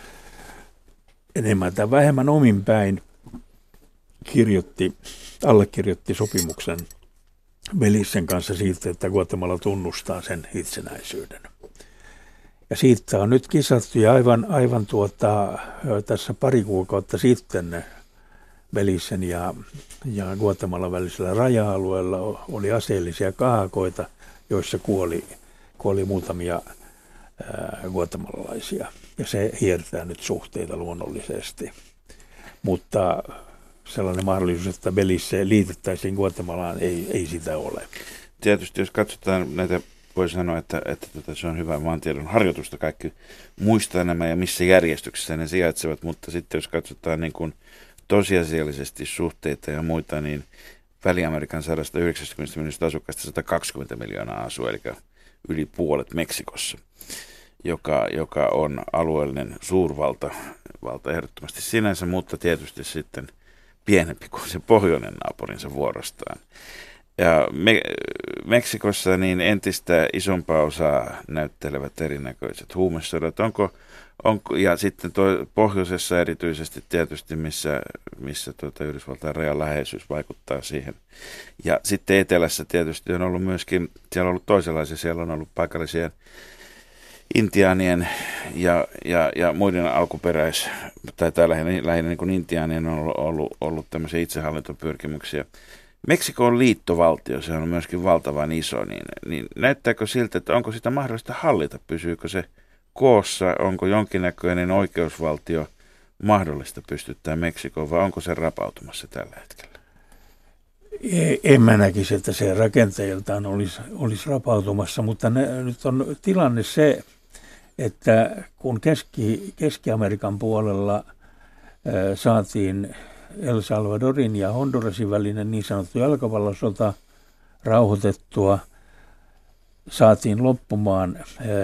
enemmän tai vähemmän omin päin kirjoitti, allekirjoitti sopimuksen Belizen kanssa siitä, että Guatemala tunnustaa sen itsenäisyyden. Ja siitä on nyt kisattu ja aivan, aivan tuota, tässä pari kuukautta sitten Belizen ja, ja Guatemalan välisellä raja-alueella oli aseellisia kahakoita, joissa kuoli, kuoli muutamia ää, guatemalalaisia. Ja se hiertää nyt suhteita luonnollisesti. Mutta sellainen mahdollisuus, että Belize liitettäisiin Guatemalaan, ei, ei sitä ole. Tietysti jos katsotaan näitä, voi sanoa, että, että, että se on hyvä maantiedon harjoitusta. Kaikki muistaa nämä ja missä järjestyksessä ne sijaitsevat, mutta sitten jos katsotaan niin kuin tosiasiallisesti suhteita ja muita, niin Väli-Amerikan sata yhdeksänkymmentä miljoonasta asukkaista sata kaksikymmentä miljoonaa asuu, eli yli puolet Meksikossa, joka, joka on alueellinen suurvalta valta ehdottomasti sinänsä, mutta tietysti sitten pienempi kuin se pohjoinen naapurinsa vuorostaan. Ja Me- Meksikossa niin entistä isompaa osaa näyttelevät erinäköiset huumesodat. Onko, onko, ja sitten tuo pohjoisessa erityisesti tietysti, missä, missä tuota Yhdysvaltain rajan läheisyys vaikuttaa siihen. Ja sitten etelässä tietysti on ollut myöskin, siellä on ollut toisenlaisia, siellä on ollut paikallisia intiaanien ja, ja, ja muiden alkuperäis, tai täällä lähinnä, lähinnä niin kuin intiaanien on ollut, ollut, ollut tämmöisiä itsehallintopyrkimyksiä. Meksiko on liittovaltio, se on myöskin valtavan iso, niin, niin näyttääkö siltä, että onko sitä mahdollista hallita, pysyykö se koossa, onko jonkinnäköinen oikeusvaltio mahdollista pystyttää Meksikoon, vai onko se rapautumassa tällä hetkellä? En mä näkisi, että se rakenteiltaan olisi, olisi rapautumassa, mutta ne, nyt on tilanne se, että kun Keski, Keski-Amerikan puolella ä, saatiin El Salvadorin ja Hondurasin välinen niin sanottu jalkavallasota rauhoitettua, saatiin loppumaan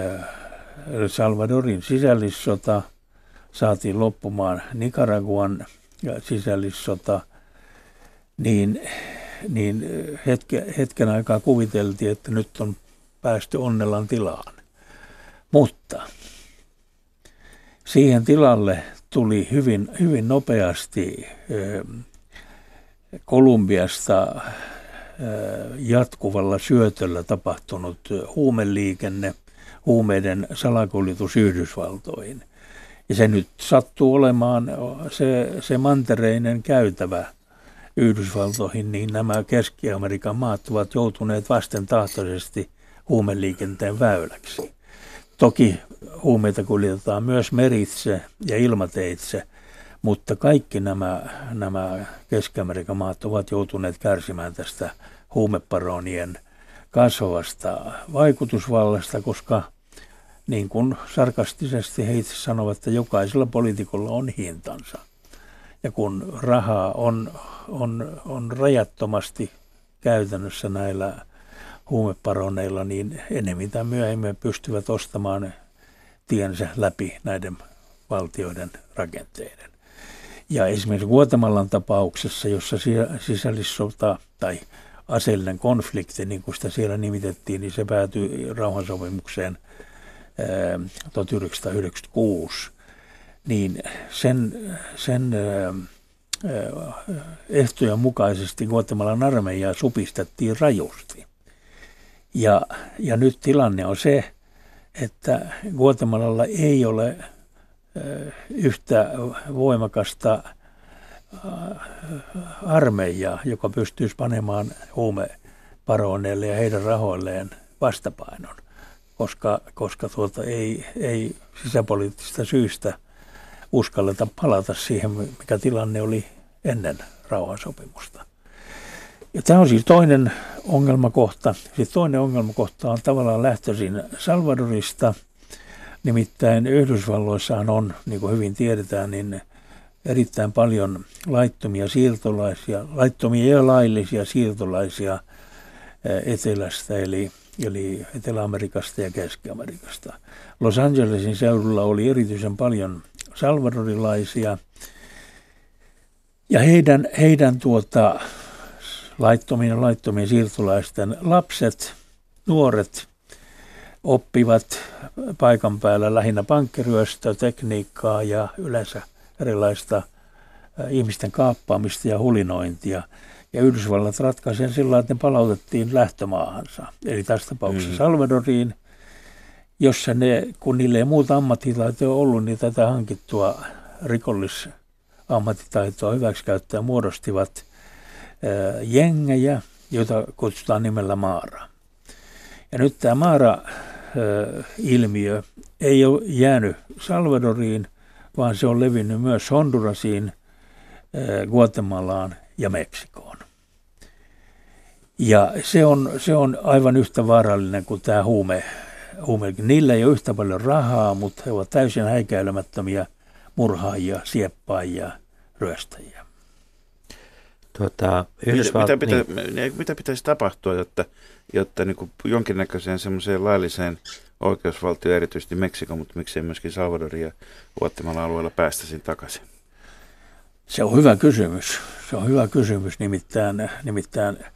El Salvadorin sisällissota, saatiin loppumaan Nicaraguan sisällissota, niin, niin hetke, hetken aikaa kuviteltiin, että nyt on päästy onnellan tilaan. Mutta siihen tilalle tuli hyvin, hyvin nopeasti Kolumbiasta jatkuvalla syötöllä tapahtunut huumeliikenne, huumeiden salakuljetus Yhdysvaltoihin. Ja se nyt sattuu olemaan se, se mantereinen käytävä Yhdysvaltoihin, niin nämä Keski-Amerikan maat ovat joutuneet vastentahtoisesti huumeliikenteen väyläksi. Toki huumeita kuljetetaan myös meritse ja ilmateitse, mutta kaikki nämä, nämä Keski-Amerikan maat ovat joutuneet kärsimään tästä huumeparonien kasvavasta vaikutusvallasta, koska niin kuin sarkastisesti he itse sanovat, että jokaisella poliitikolla on hintansa. Ja kun rahaa on, on, on rajattomasti käytännössä näillä huumeparoneilla, niin enemmän tai myöhemmin pystyvät ostamaan tiensä läpi näiden valtioiden rakenteiden. Ja esimerkiksi Guatemalan tapauksessa, jossa sisällissota tai aseellinen konflikti, niin kuin sitä siellä nimitettiin, niin se päätyi rauhansopimukseen tuhatyhdeksänsataayhdeksänkymmentäkuusi, niin sen, sen ehtojen mukaisesti Guatemalan armeijaa supistettiin rajusti. Ja, ja nyt tilanne on se, että Guatemalalla ei ole yhtä voimakasta armeijaa, joka pystyisi panemaan huumeparoneille ja heidän rahoilleen vastapainon, koska, koska tuota ei, ei sisäpoliittisista syistä uskalleta palata siihen, mikä tilanne oli ennen rauhansopimusta. Ja tämä on siis toinen ongelmakohta. Siis toinen ongelmakohta on tavallaan lähtöisin Salvadorista. Nimittäin Yhdysvalloissahan on, niin kuin hyvin tiedetään, niin erittäin paljon laittomia siirtolaisia, laittomia ja laillisia siirtolaisia etelästä, eli, eli Etelä-Amerikasta ja Keski-Amerikasta. Los Angelesin seudulla oli erityisen paljon salvadorilaisia, ja heidän, heidän tuota, laittomien ja laittomien siirtolaisten lapset, nuoret, oppivat paikan päällä lähinnä pankkiryöstötekniikkaa ja yleensä erilaista ihmisten kaappaamista ja hulinointia. Ja Yhdysvallat ratkaisi sen sillä, että ne palautettiin lähtömaahansa, eli tässä tapauksessa mm. Salvadoriin, jossa ne, kun niille ei muuta ammattitaitoa ollut, niin tätä hankittua rikollisammattitaitoa hyväksikäyttäjä muodostivat ää, jengejä, joita kutsutaan nimellä Mara. Ja nyt tämä Mara-ilmiö ei ole jäänyt Salvadoriin, vaan se on levinnyt myös Hondurasiin, Guatemalaan ja Meksikoon. Ja se on, se on aivan yhtä vaarallinen kuin tämä huume. huume. Niillä ei ole yhtä paljon rahaa, mutta he ovat täysin häikäilemättömiä murhaajia, sieppaajia, ryöstäjiä. Tuota, Yhdysvalt... mitä, mitä, niin. mitä pitäisi tapahtua, jotta, jotta niin kuin jonkinnäköiseen semmoiseen lailliseen oikeusvaltioon, erityisesti Meksikon, mutta miksei myöskin Salvadorin ja Guatemalan alueella päästäisiin takaisin? Se on hyvä kysymys. Se on hyvä kysymys. Nimittäin, nimittäin äh,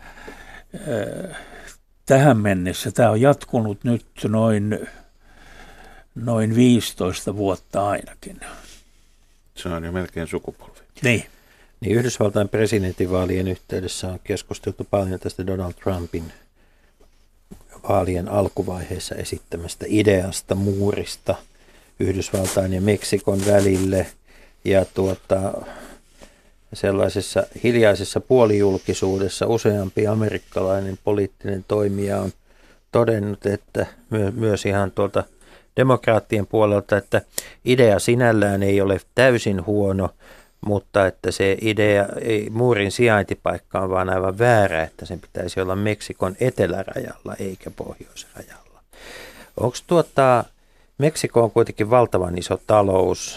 tähän mennessä tämä on jatkunut nyt noin, noin viisitoista vuotta ainakin. Se on jo melkein sukupolvi. Niin. Niin Yhdysvaltain presidentinvaalien yhteydessä on keskusteltu paljon tästä Donald Trumpin vaalien alkuvaiheessa esittämästä ideasta muurista Yhdysvaltain ja Meksikon välille. Ja tuota, sellaisessa hiljaisessa puolijulkisuudessa useampi amerikkalainen poliittinen toimija on todennut, että myös ihan tuolta demokraattien puolelta, että idea sinällään ei ole täysin huono, mutta että se idea, ei, muurin sijaintipaikka on vaan aivan väärä, että sen pitäisi olla Meksikon etelärajalla eikä pohjoisrajalla. Onko tuota, Meksiko on kuitenkin valtavan iso talous.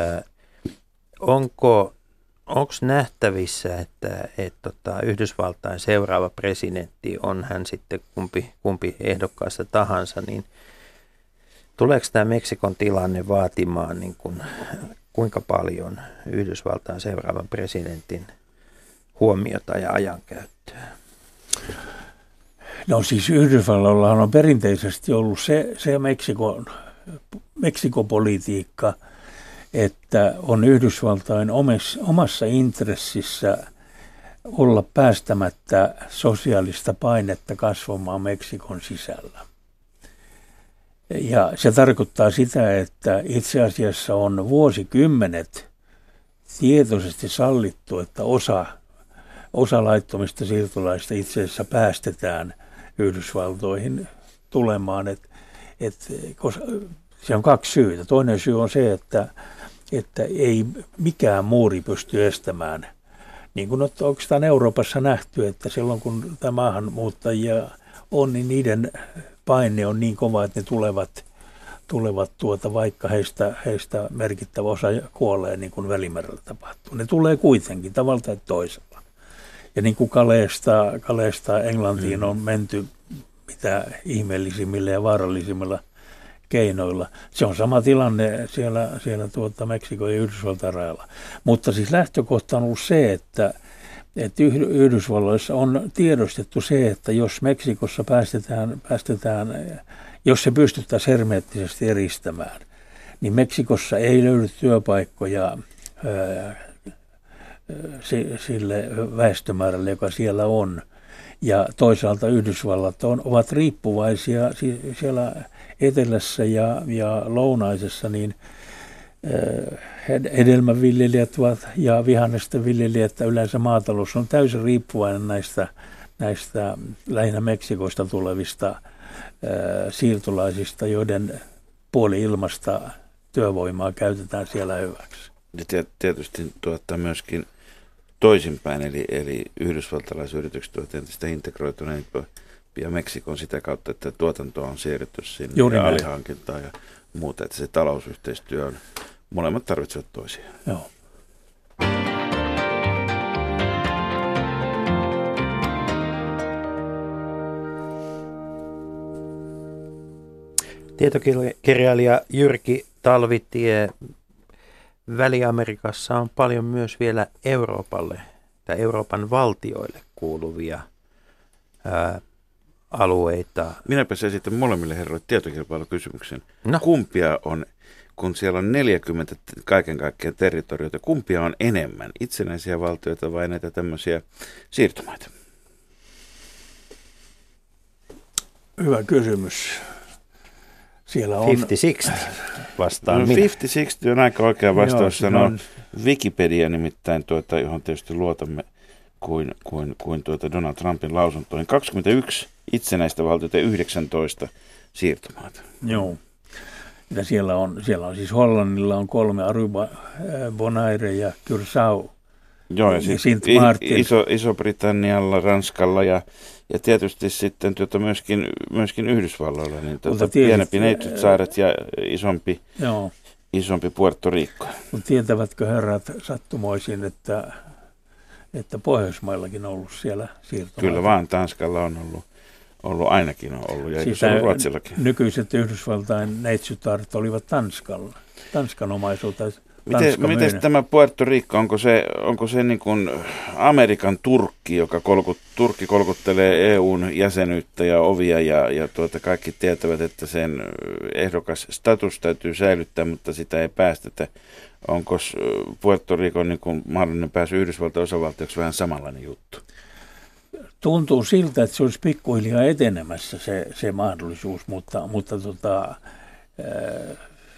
Onko onko nähtävissä, että et, tota, Yhdysvaltain seuraava presidentti, on hän sitten kumpi, kumpi ehdokkaasta tahansa, niin tuleeko tämä Meksikon tilanne vaatimaan niin kuin, kuinka paljon Yhdysvaltain seuraavan presidentin huomiota ja ajankäyttöä? No siis Yhdysvalloilla on perinteisesti ollut se, se Meksikon, Meksikopolitiikka, että on Yhdysvaltain omassa intressissä olla päästämättä sosiaalista painetta kasvamaan Meksikon sisällä. Ja se tarkoittaa sitä, että itse asiassa on vuosikymmenet tietoisesti sallittu, että osa, osa laittomista siirtolaista itse asiassa päästetään Yhdysvaltoihin tulemaan. Et, et, koska se on kaksi syytä. Toinen syy on se, että, että ei mikään muuri pysty estämään. Niin kuin oikeastaan Euroopassa nähty, että silloin kun tämä maahanmuuttajia on, niin niiden paine on niin kova, että ne tulevat, tulevat tuota, vaikka heistä, heistä merkittävä osa kuolee, niin kuin Välimerellä tapahtuu. Ne tulee kuitenkin tavalla tai toisella. Ja niin kuin Kaleesta, Kaleesta Englantiin on menty mitä ihmeellisimmillä ja vaarallisimmilla keinoilla. Se on sama tilanne siellä, siellä tuota Meksikon ja Yhdysvaltain rajalla. Mutta siis lähtökohta on ollut se, että, että Yhdysvalloissa on tiedostettu se, että jos Meksikossa päästetään, päästetään jos se pystyttäisiin hermeettisesti eristämään, niin Meksikossa ei löydy työpaikkoja ää, sille väestömäärälle, joka siellä on. Ja toisaalta Yhdysvallat on, ovat riippuvaisia siellä etelässä ja, ja lounaisessa, niin hedelmäviljelijät ja vihannesten viljelijät, yleensä maatalous on täysin riippuvainen näistä, näistä lähinnä Meksikosta tulevista ää, siirtolaisista, joiden puoli ilmasta työvoimaa käytetään siellä hyväksi. Ja tietysti tuottaa myöskin toisinpäin, eli, eli yhdysvaltalaisyritykset ovat entistä integroituneempia ja Meksikon sitä kautta, että tuotantoa on siirretty sinne Juuri ja alihankintaa ja muuta, että se talousyhteistyö on, molemmat tarvitsevat toisiaan. Joo. Tietokirjailija Jyrki Talvitie, Väli-Amerikassa on paljon myös vielä Euroopalle tai Euroopan valtioille kuuluvia ää, alueita. Minäpä esitän molemmille herroille tietokilpailukysymyksen. No. Kumpia on, kun siellä on neljäkymmentä kaiken kaikkiaan territorioita, kumpia on enemmän, itsenäisiä valtioita vai näitä tämmöisiä siirtomaita? Hyvä kysymys. Siellä on viisikymmentä kuusikymmentä vastaan no, minä. viisikymmentä kuusikymmentä on aika oikea vastaus, Joo, sanoo on Wikipedia nimittäin, tuota, johon tietysti luotamme kuin, kuin, kuin tuota Donald Trumpin lausuntoihin. kaksikymmentäyksi itsenäistä valtiota ja yhdeksäntoista siirtomaata. Joo. Ja siellä on, siellä on siis Hollannilla on kolme, Aruba, Bonaire ja Curaçao. Joo, ja, ja sitten Sint Maarten. iso, Iso-Britannialla, Ranskalla ja, ja tietysti sitten tuota myöskin, myöskin Yhdysvalloilla, niin tuota pienempi Neitsytsaaret ja isompi, Joo. isompi Puerto Rico. Mutta tietävätkö herrat sattumoisin, että, että Pohjoismaillakin on ollut siellä siirtomaita? Kyllä vaan, Tanskalla on ollut, ollut ainakin on ollut, ja siis se on Ruotsillakin. Nykyiset Yhdysvaltain Neitsytsaaret olivat Tanskalla, Tanskan omaisuutta. Miten, miten tämä Puerto Rico, onko se, onko se niin kuin Amerikan Turkki, joka kolkut, Turkki kolkuttelee E U:n jäsenyyttä ja ovia ja, ja tuota, kaikki tietävät, että sen ehdokas status täytyy säilyttää, mutta sitä ei päästetä. Onko Puerto Ricon niin kuin mahdollinen pääsy Yhdysvaltain osavaltioksi vähän samanlainen juttu? Tuntuu siltä, että se olisi pikkuhiljaa etenemässä se, se mahdollisuus, mutta, mutta tota, ää,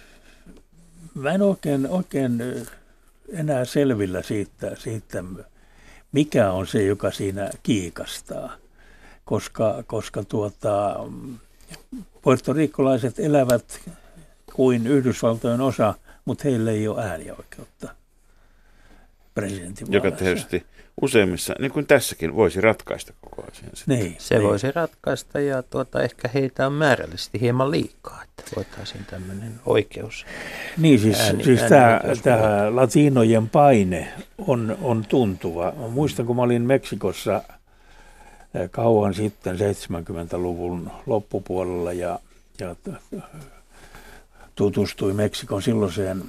mä en oikein, oikein enää selvillä siitä, siitä, mikä on se, joka siinä kiikastaa, koska, koska tuota, puertorikolaiset elävät kuin Yhdysvaltojen osa, mutta heillä ei ole äänioikeutta presidentinvaaleissa. Joka tietysti useimmissa, niin kuin tässäkin, voisi ratkaista koko asian. Niin, Se niin. voisi ratkaista ja tuota, ehkä heitä on määrällisesti hieman liikaa, että voitaisiin tämmöinen oikeus. Niin, siis, ääni, siis ääni, tämä, ääni, tämä latinojen paine on, on tuntuva. Muistan, kun mä olin Meksikossa kauan sitten seitsemänkymmentäluvun loppupuolella ja, ja tutustuin Meksikon silloiseen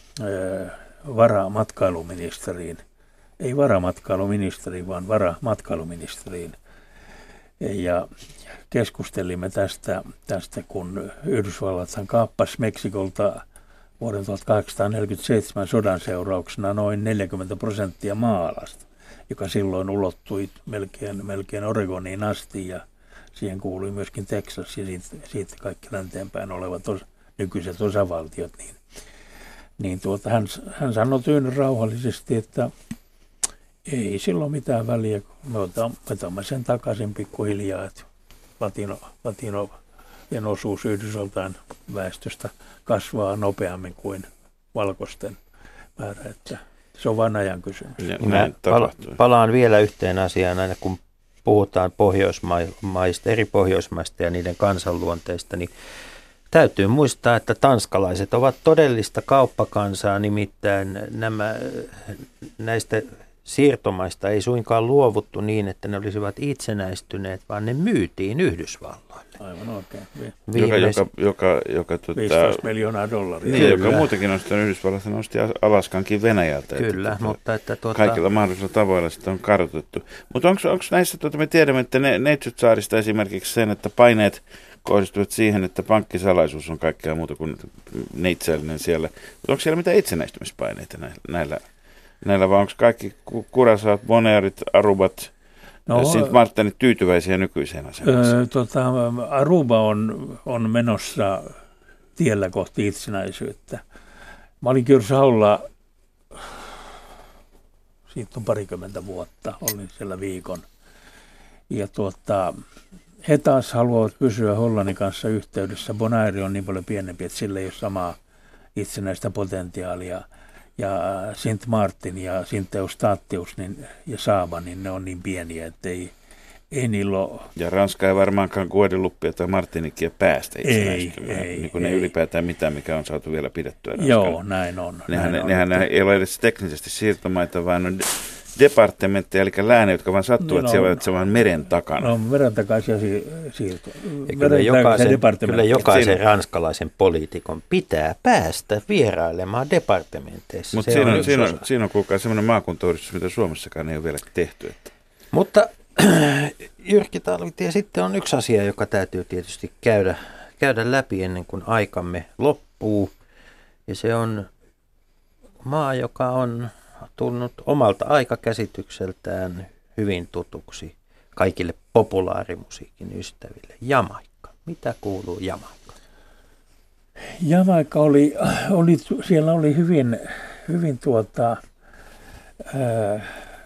varamatkailumministeriin. Ei varamatkailumministeriin, vaan varamatkailumministeriin. Ja keskustelimme tästä, tästä kun Yhdysvallathan kaappasi Meksikolta vuoden tuhatkahdeksansataaneljäkymmentäseitsemän sodan seurauksena noin neljäkymmentä prosenttia maa-alasta, joka silloin ulottui melkein, melkein Oregoniin asti ja siihen kuului myöskin Texas ja siitä, siitä kaikki länteenpäin olevat os, nykyiset osavaltiot. Niin, niin tuota, hän, hän sanoi tyyn rauhallisesti, että ei silloin mitään väliä, kun me otamme sen takaisin pikkuhiljaa, että latino, latinojen osuus Yhdysvaltain väestöstä kasvaa nopeammin kuin valkoisten määrä, että se on vain ajan kysymys. Mä pala- palaan vielä yhteen asiaan aina, kun puhutaan pohjoismaista, eri pohjoismaista ja niiden kansanluonteista, niin täytyy muistaa, että tanskalaiset ovat todellista kauppakansaa, nimittäin nämä, näistä siirtomaista ei suinkaan luovuttu niin, että ne olisivat itsenäistyneet, vaan ne myytiin Yhdysvalloille. Aivan oikein. Joka, joka, joka, joka tuota, viisitoista miljoonaa dollaria. Niin, joka muutenkin nosti Yhdysvallasta, nosti Alaskankin Venäjältä. Kyllä, että, mutta että tuota... kaikilla mahdollisilla tavoilla sitä on kartoitettu. Mutta onko näissä, tuota, me tiedämme, että ne, Neitsytsaarista esimerkiksi sen, että paineet kohdistuvat siihen, että pankkisalaisuus on kaikkea muuta kuin neitseellinen siellä. Mutta onko siellä mitään itsenäistymispaineita näillä? Näillä vaan onko kaikki Curaçaot, Bonairet, Arubat, no, Sint Maartenit tyytyväisiä nykyiseen asemaan? Öö, tota, Aruba on, on menossa tiellä kohti itsenäisyyttä. Mä olin Curaçaolla, siitä on parikymmentä vuotta, olin siellä viikon. Ja tuota, he taas haluavat pysyä Hollannin kanssa yhteydessä. Bonaire on niin paljon pienempi, että sillä ei ole samaa itsenäistä potentiaalia. Ja Sint Maarten ja Sint Eustatius niin, ja Saba, niin ne on niin pieniä, että ei, ei niillä ole. Ja Ranska ei varmaankaan Guadeloupea tai Martinikia päästä itsenäistymään, ei, niin kuin ei, ne ei. ylipäätään mitään, mikä on saatu vielä pidettyä Ranskan. Joo, näin on. Nehän, näin nehän on. ei ole edes teknisesti siirtomaita, vaan on departementteja, eli lääne, jotka vaan sattuvat no, siellä, että se on meren takana. No, meren takaisia si- siirtoja. Kyllä jokaisen, kyllä jokaisen ranskalaisen poliitikon pitää päästä vierailemaan departementeissa. Mutta siinä on, siinä on, siinä on kuulkaa sellainen maakuntauudistus, mitä Suomessakaan ei ole vielä tehty. Että. Mutta Jyrki Talvitie, sitten on yksi asia, joka täytyy tietysti käydä, käydä läpi ennen kuin aikamme loppuu. Ja se on maa, joka on tullut omalta aikakäsitykseltään hyvin tutuksi kaikille populaarimusiikin ystäville. Jamaikka. Mitä kuuluu Jamaikkaan? Jamaikka oli, oli, siellä oli hyvin, hyvin tuota, ää,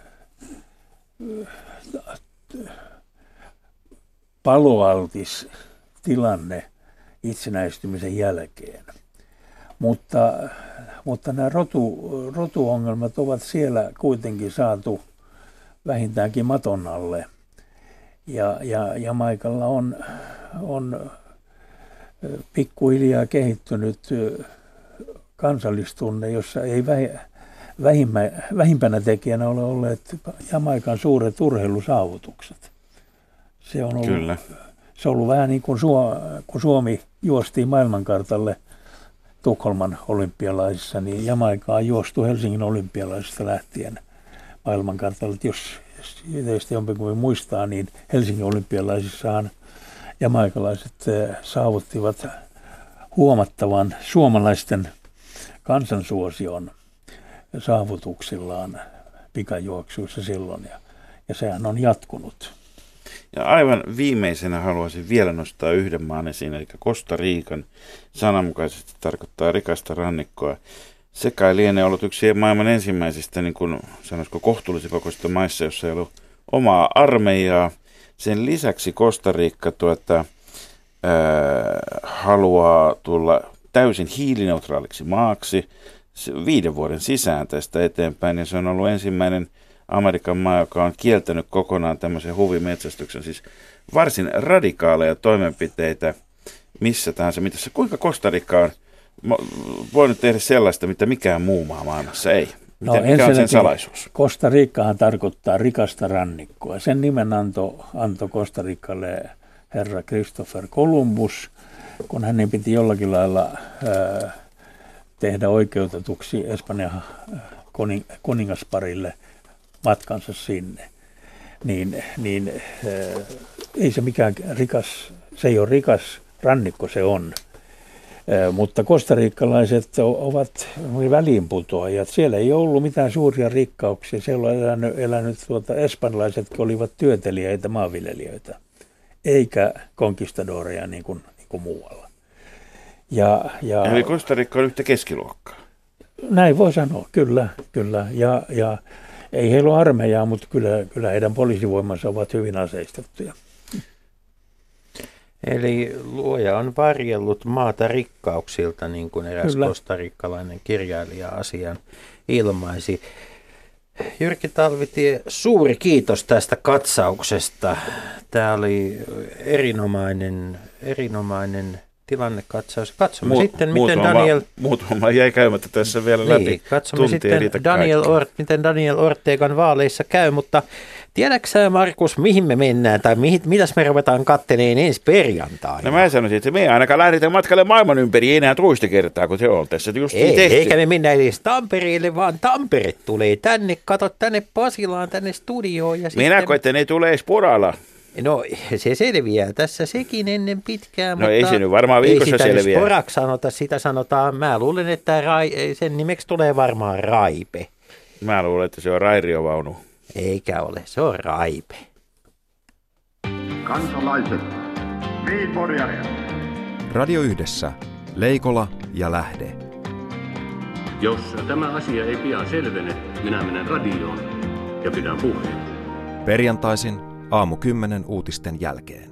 paloaltis tilanne itsenäistymisen jälkeen. Mutta, mutta nämä rotu, rotuongelmat ovat siellä kuitenkin saatu vähintäänkin maton alle. Ja, ja Jamaikalla on, on pikkuhiljaa kehittynyt kansallistunne, jossa ei vähimmä, vähimpänä tekijänä ole olleet Jamaikan suuret urheilusaavutukset. Se on ollut, Kyllä. Se on ollut vähän niin kuin Suomi, kun Suomi juostiin maailmankartalle Tukholman olympialaisissa, niin Jamaika on juostu Helsingin olympialaisista lähtien maailmankartalle. Jos teistä jompikumpi muistaa, niin Helsingin olympialaisissahan jamaikalaiset saavuttivat huomattavan suomalaisten kansansuosion saavutuksillaan pikajuoksuissa silloin, ja, ja sehän on jatkunut. Ja aivan viimeisenä haluaisin vielä nostaa yhden maan esiin, eli Costa Rican sananmukaisesti tarkoittaa rikasta rannikkoa. Se kai lienee ollut yksi maailman ensimmäisistä, niin kuin sanoisiko kohtuullisen kokoisista maissa, jossa ei ollut omaa armeijaa. Sen lisäksi Costa Rica tuota, ää, haluaa tulla täysin hiilineutraaliksi maaksi viiden vuoden sisään tästä eteenpäin, ja se on ollut ensimmäinen Amerikan maa, joka on kieltänyt kokonaan tämmöisen huvimetsästyksen, siis varsin radikaaleja toimenpiteitä missä tahansa. Mitässä, kuinka Costa Rica on voinut tehdä sellaista, mitä mikään muu maa maailmassa ei? Mitä, no, mikä on sen salaisuus? Costa Ricahan tarkoittaa rikasta rannikkoa. Sen nimen antoi anto Costa Ricalle herra Christopher Columbus, kun hänen piti jollakin lailla ää, tehdä oikeutetuksi Espanjan koning, kuningasparille matkansa sinne. Niin, niin ää, ei se mikään rikas, se ei ole rikas rannikko, se on. Mutta kostariikkalaiset ovat väliinputoajat. Siellä ei ollut mitään suuria rikkauksia. Siellä on elänyt, elänyt tuota, espanjalaisetkin olivat työtelijöitä, maanviljelijöitä, eikä konkistadoreja niin kuin, niin kuin muualla. Ja, ja, Eli Costa Rica on yhtä keskiluokkaa. Näin voi sanoa, kyllä. kyllä. Ja, ja ei heillä ole armeijaa, mutta kyllä, kyllä heidän poliisivoimansa ovat hyvin aseistettuja. Eli luoja on varjellut maata rikkauksilta, niin kuin eräs kostarikkalainen kirjailija asian ilmaisi. Jyrki Talvitie, suuri kiitos tästä katsauksesta. Tämä oli erinomainen, erinomainen tilannekatsaus. Katsomme Mu- sitten, miten muutama, Daniel... Muutama jäi käymättä tässä vielä läpi. Niin, katsomme sitten, Daniel Ort, miten Daniel Ortegan vaaleissa käy, mutta tiedätkö Markus, mihin me mennään tai mihin, mitäs me ruvetaan katteleen ensi perjantaina? No mä sanoisin, että me ainakaan lähdetään matkalle maailman ympäri enää toista kertaa, kun se on tässä just Ei, tehty. Eikä me mennä edes Tampereelle, vaan Tampere tulee tänne, kato tänne Pasilaan, tänne studioon. Ja minä sitten... koitan, ne tulee edes poralla. No se selviää tässä sekin ennen pitkään, no mutta ei se nyt varmaan viikossa selviää. Ei sitä poraksi sanota, sitä sanotaan, mä luulen, että rai, sen nimeksi tulee varmaan Raipe. Mä luulen, että se on rairiovaunu. Eikä ole, se on Raipe. Kansalaiset, Radio Yhdessä, Leikola ja Lähde. Jos tämä asia ei pian selvene, minä menen radioon ja pidän puheen. Perjantaisin aamu kymmenen uutisten jälkeen.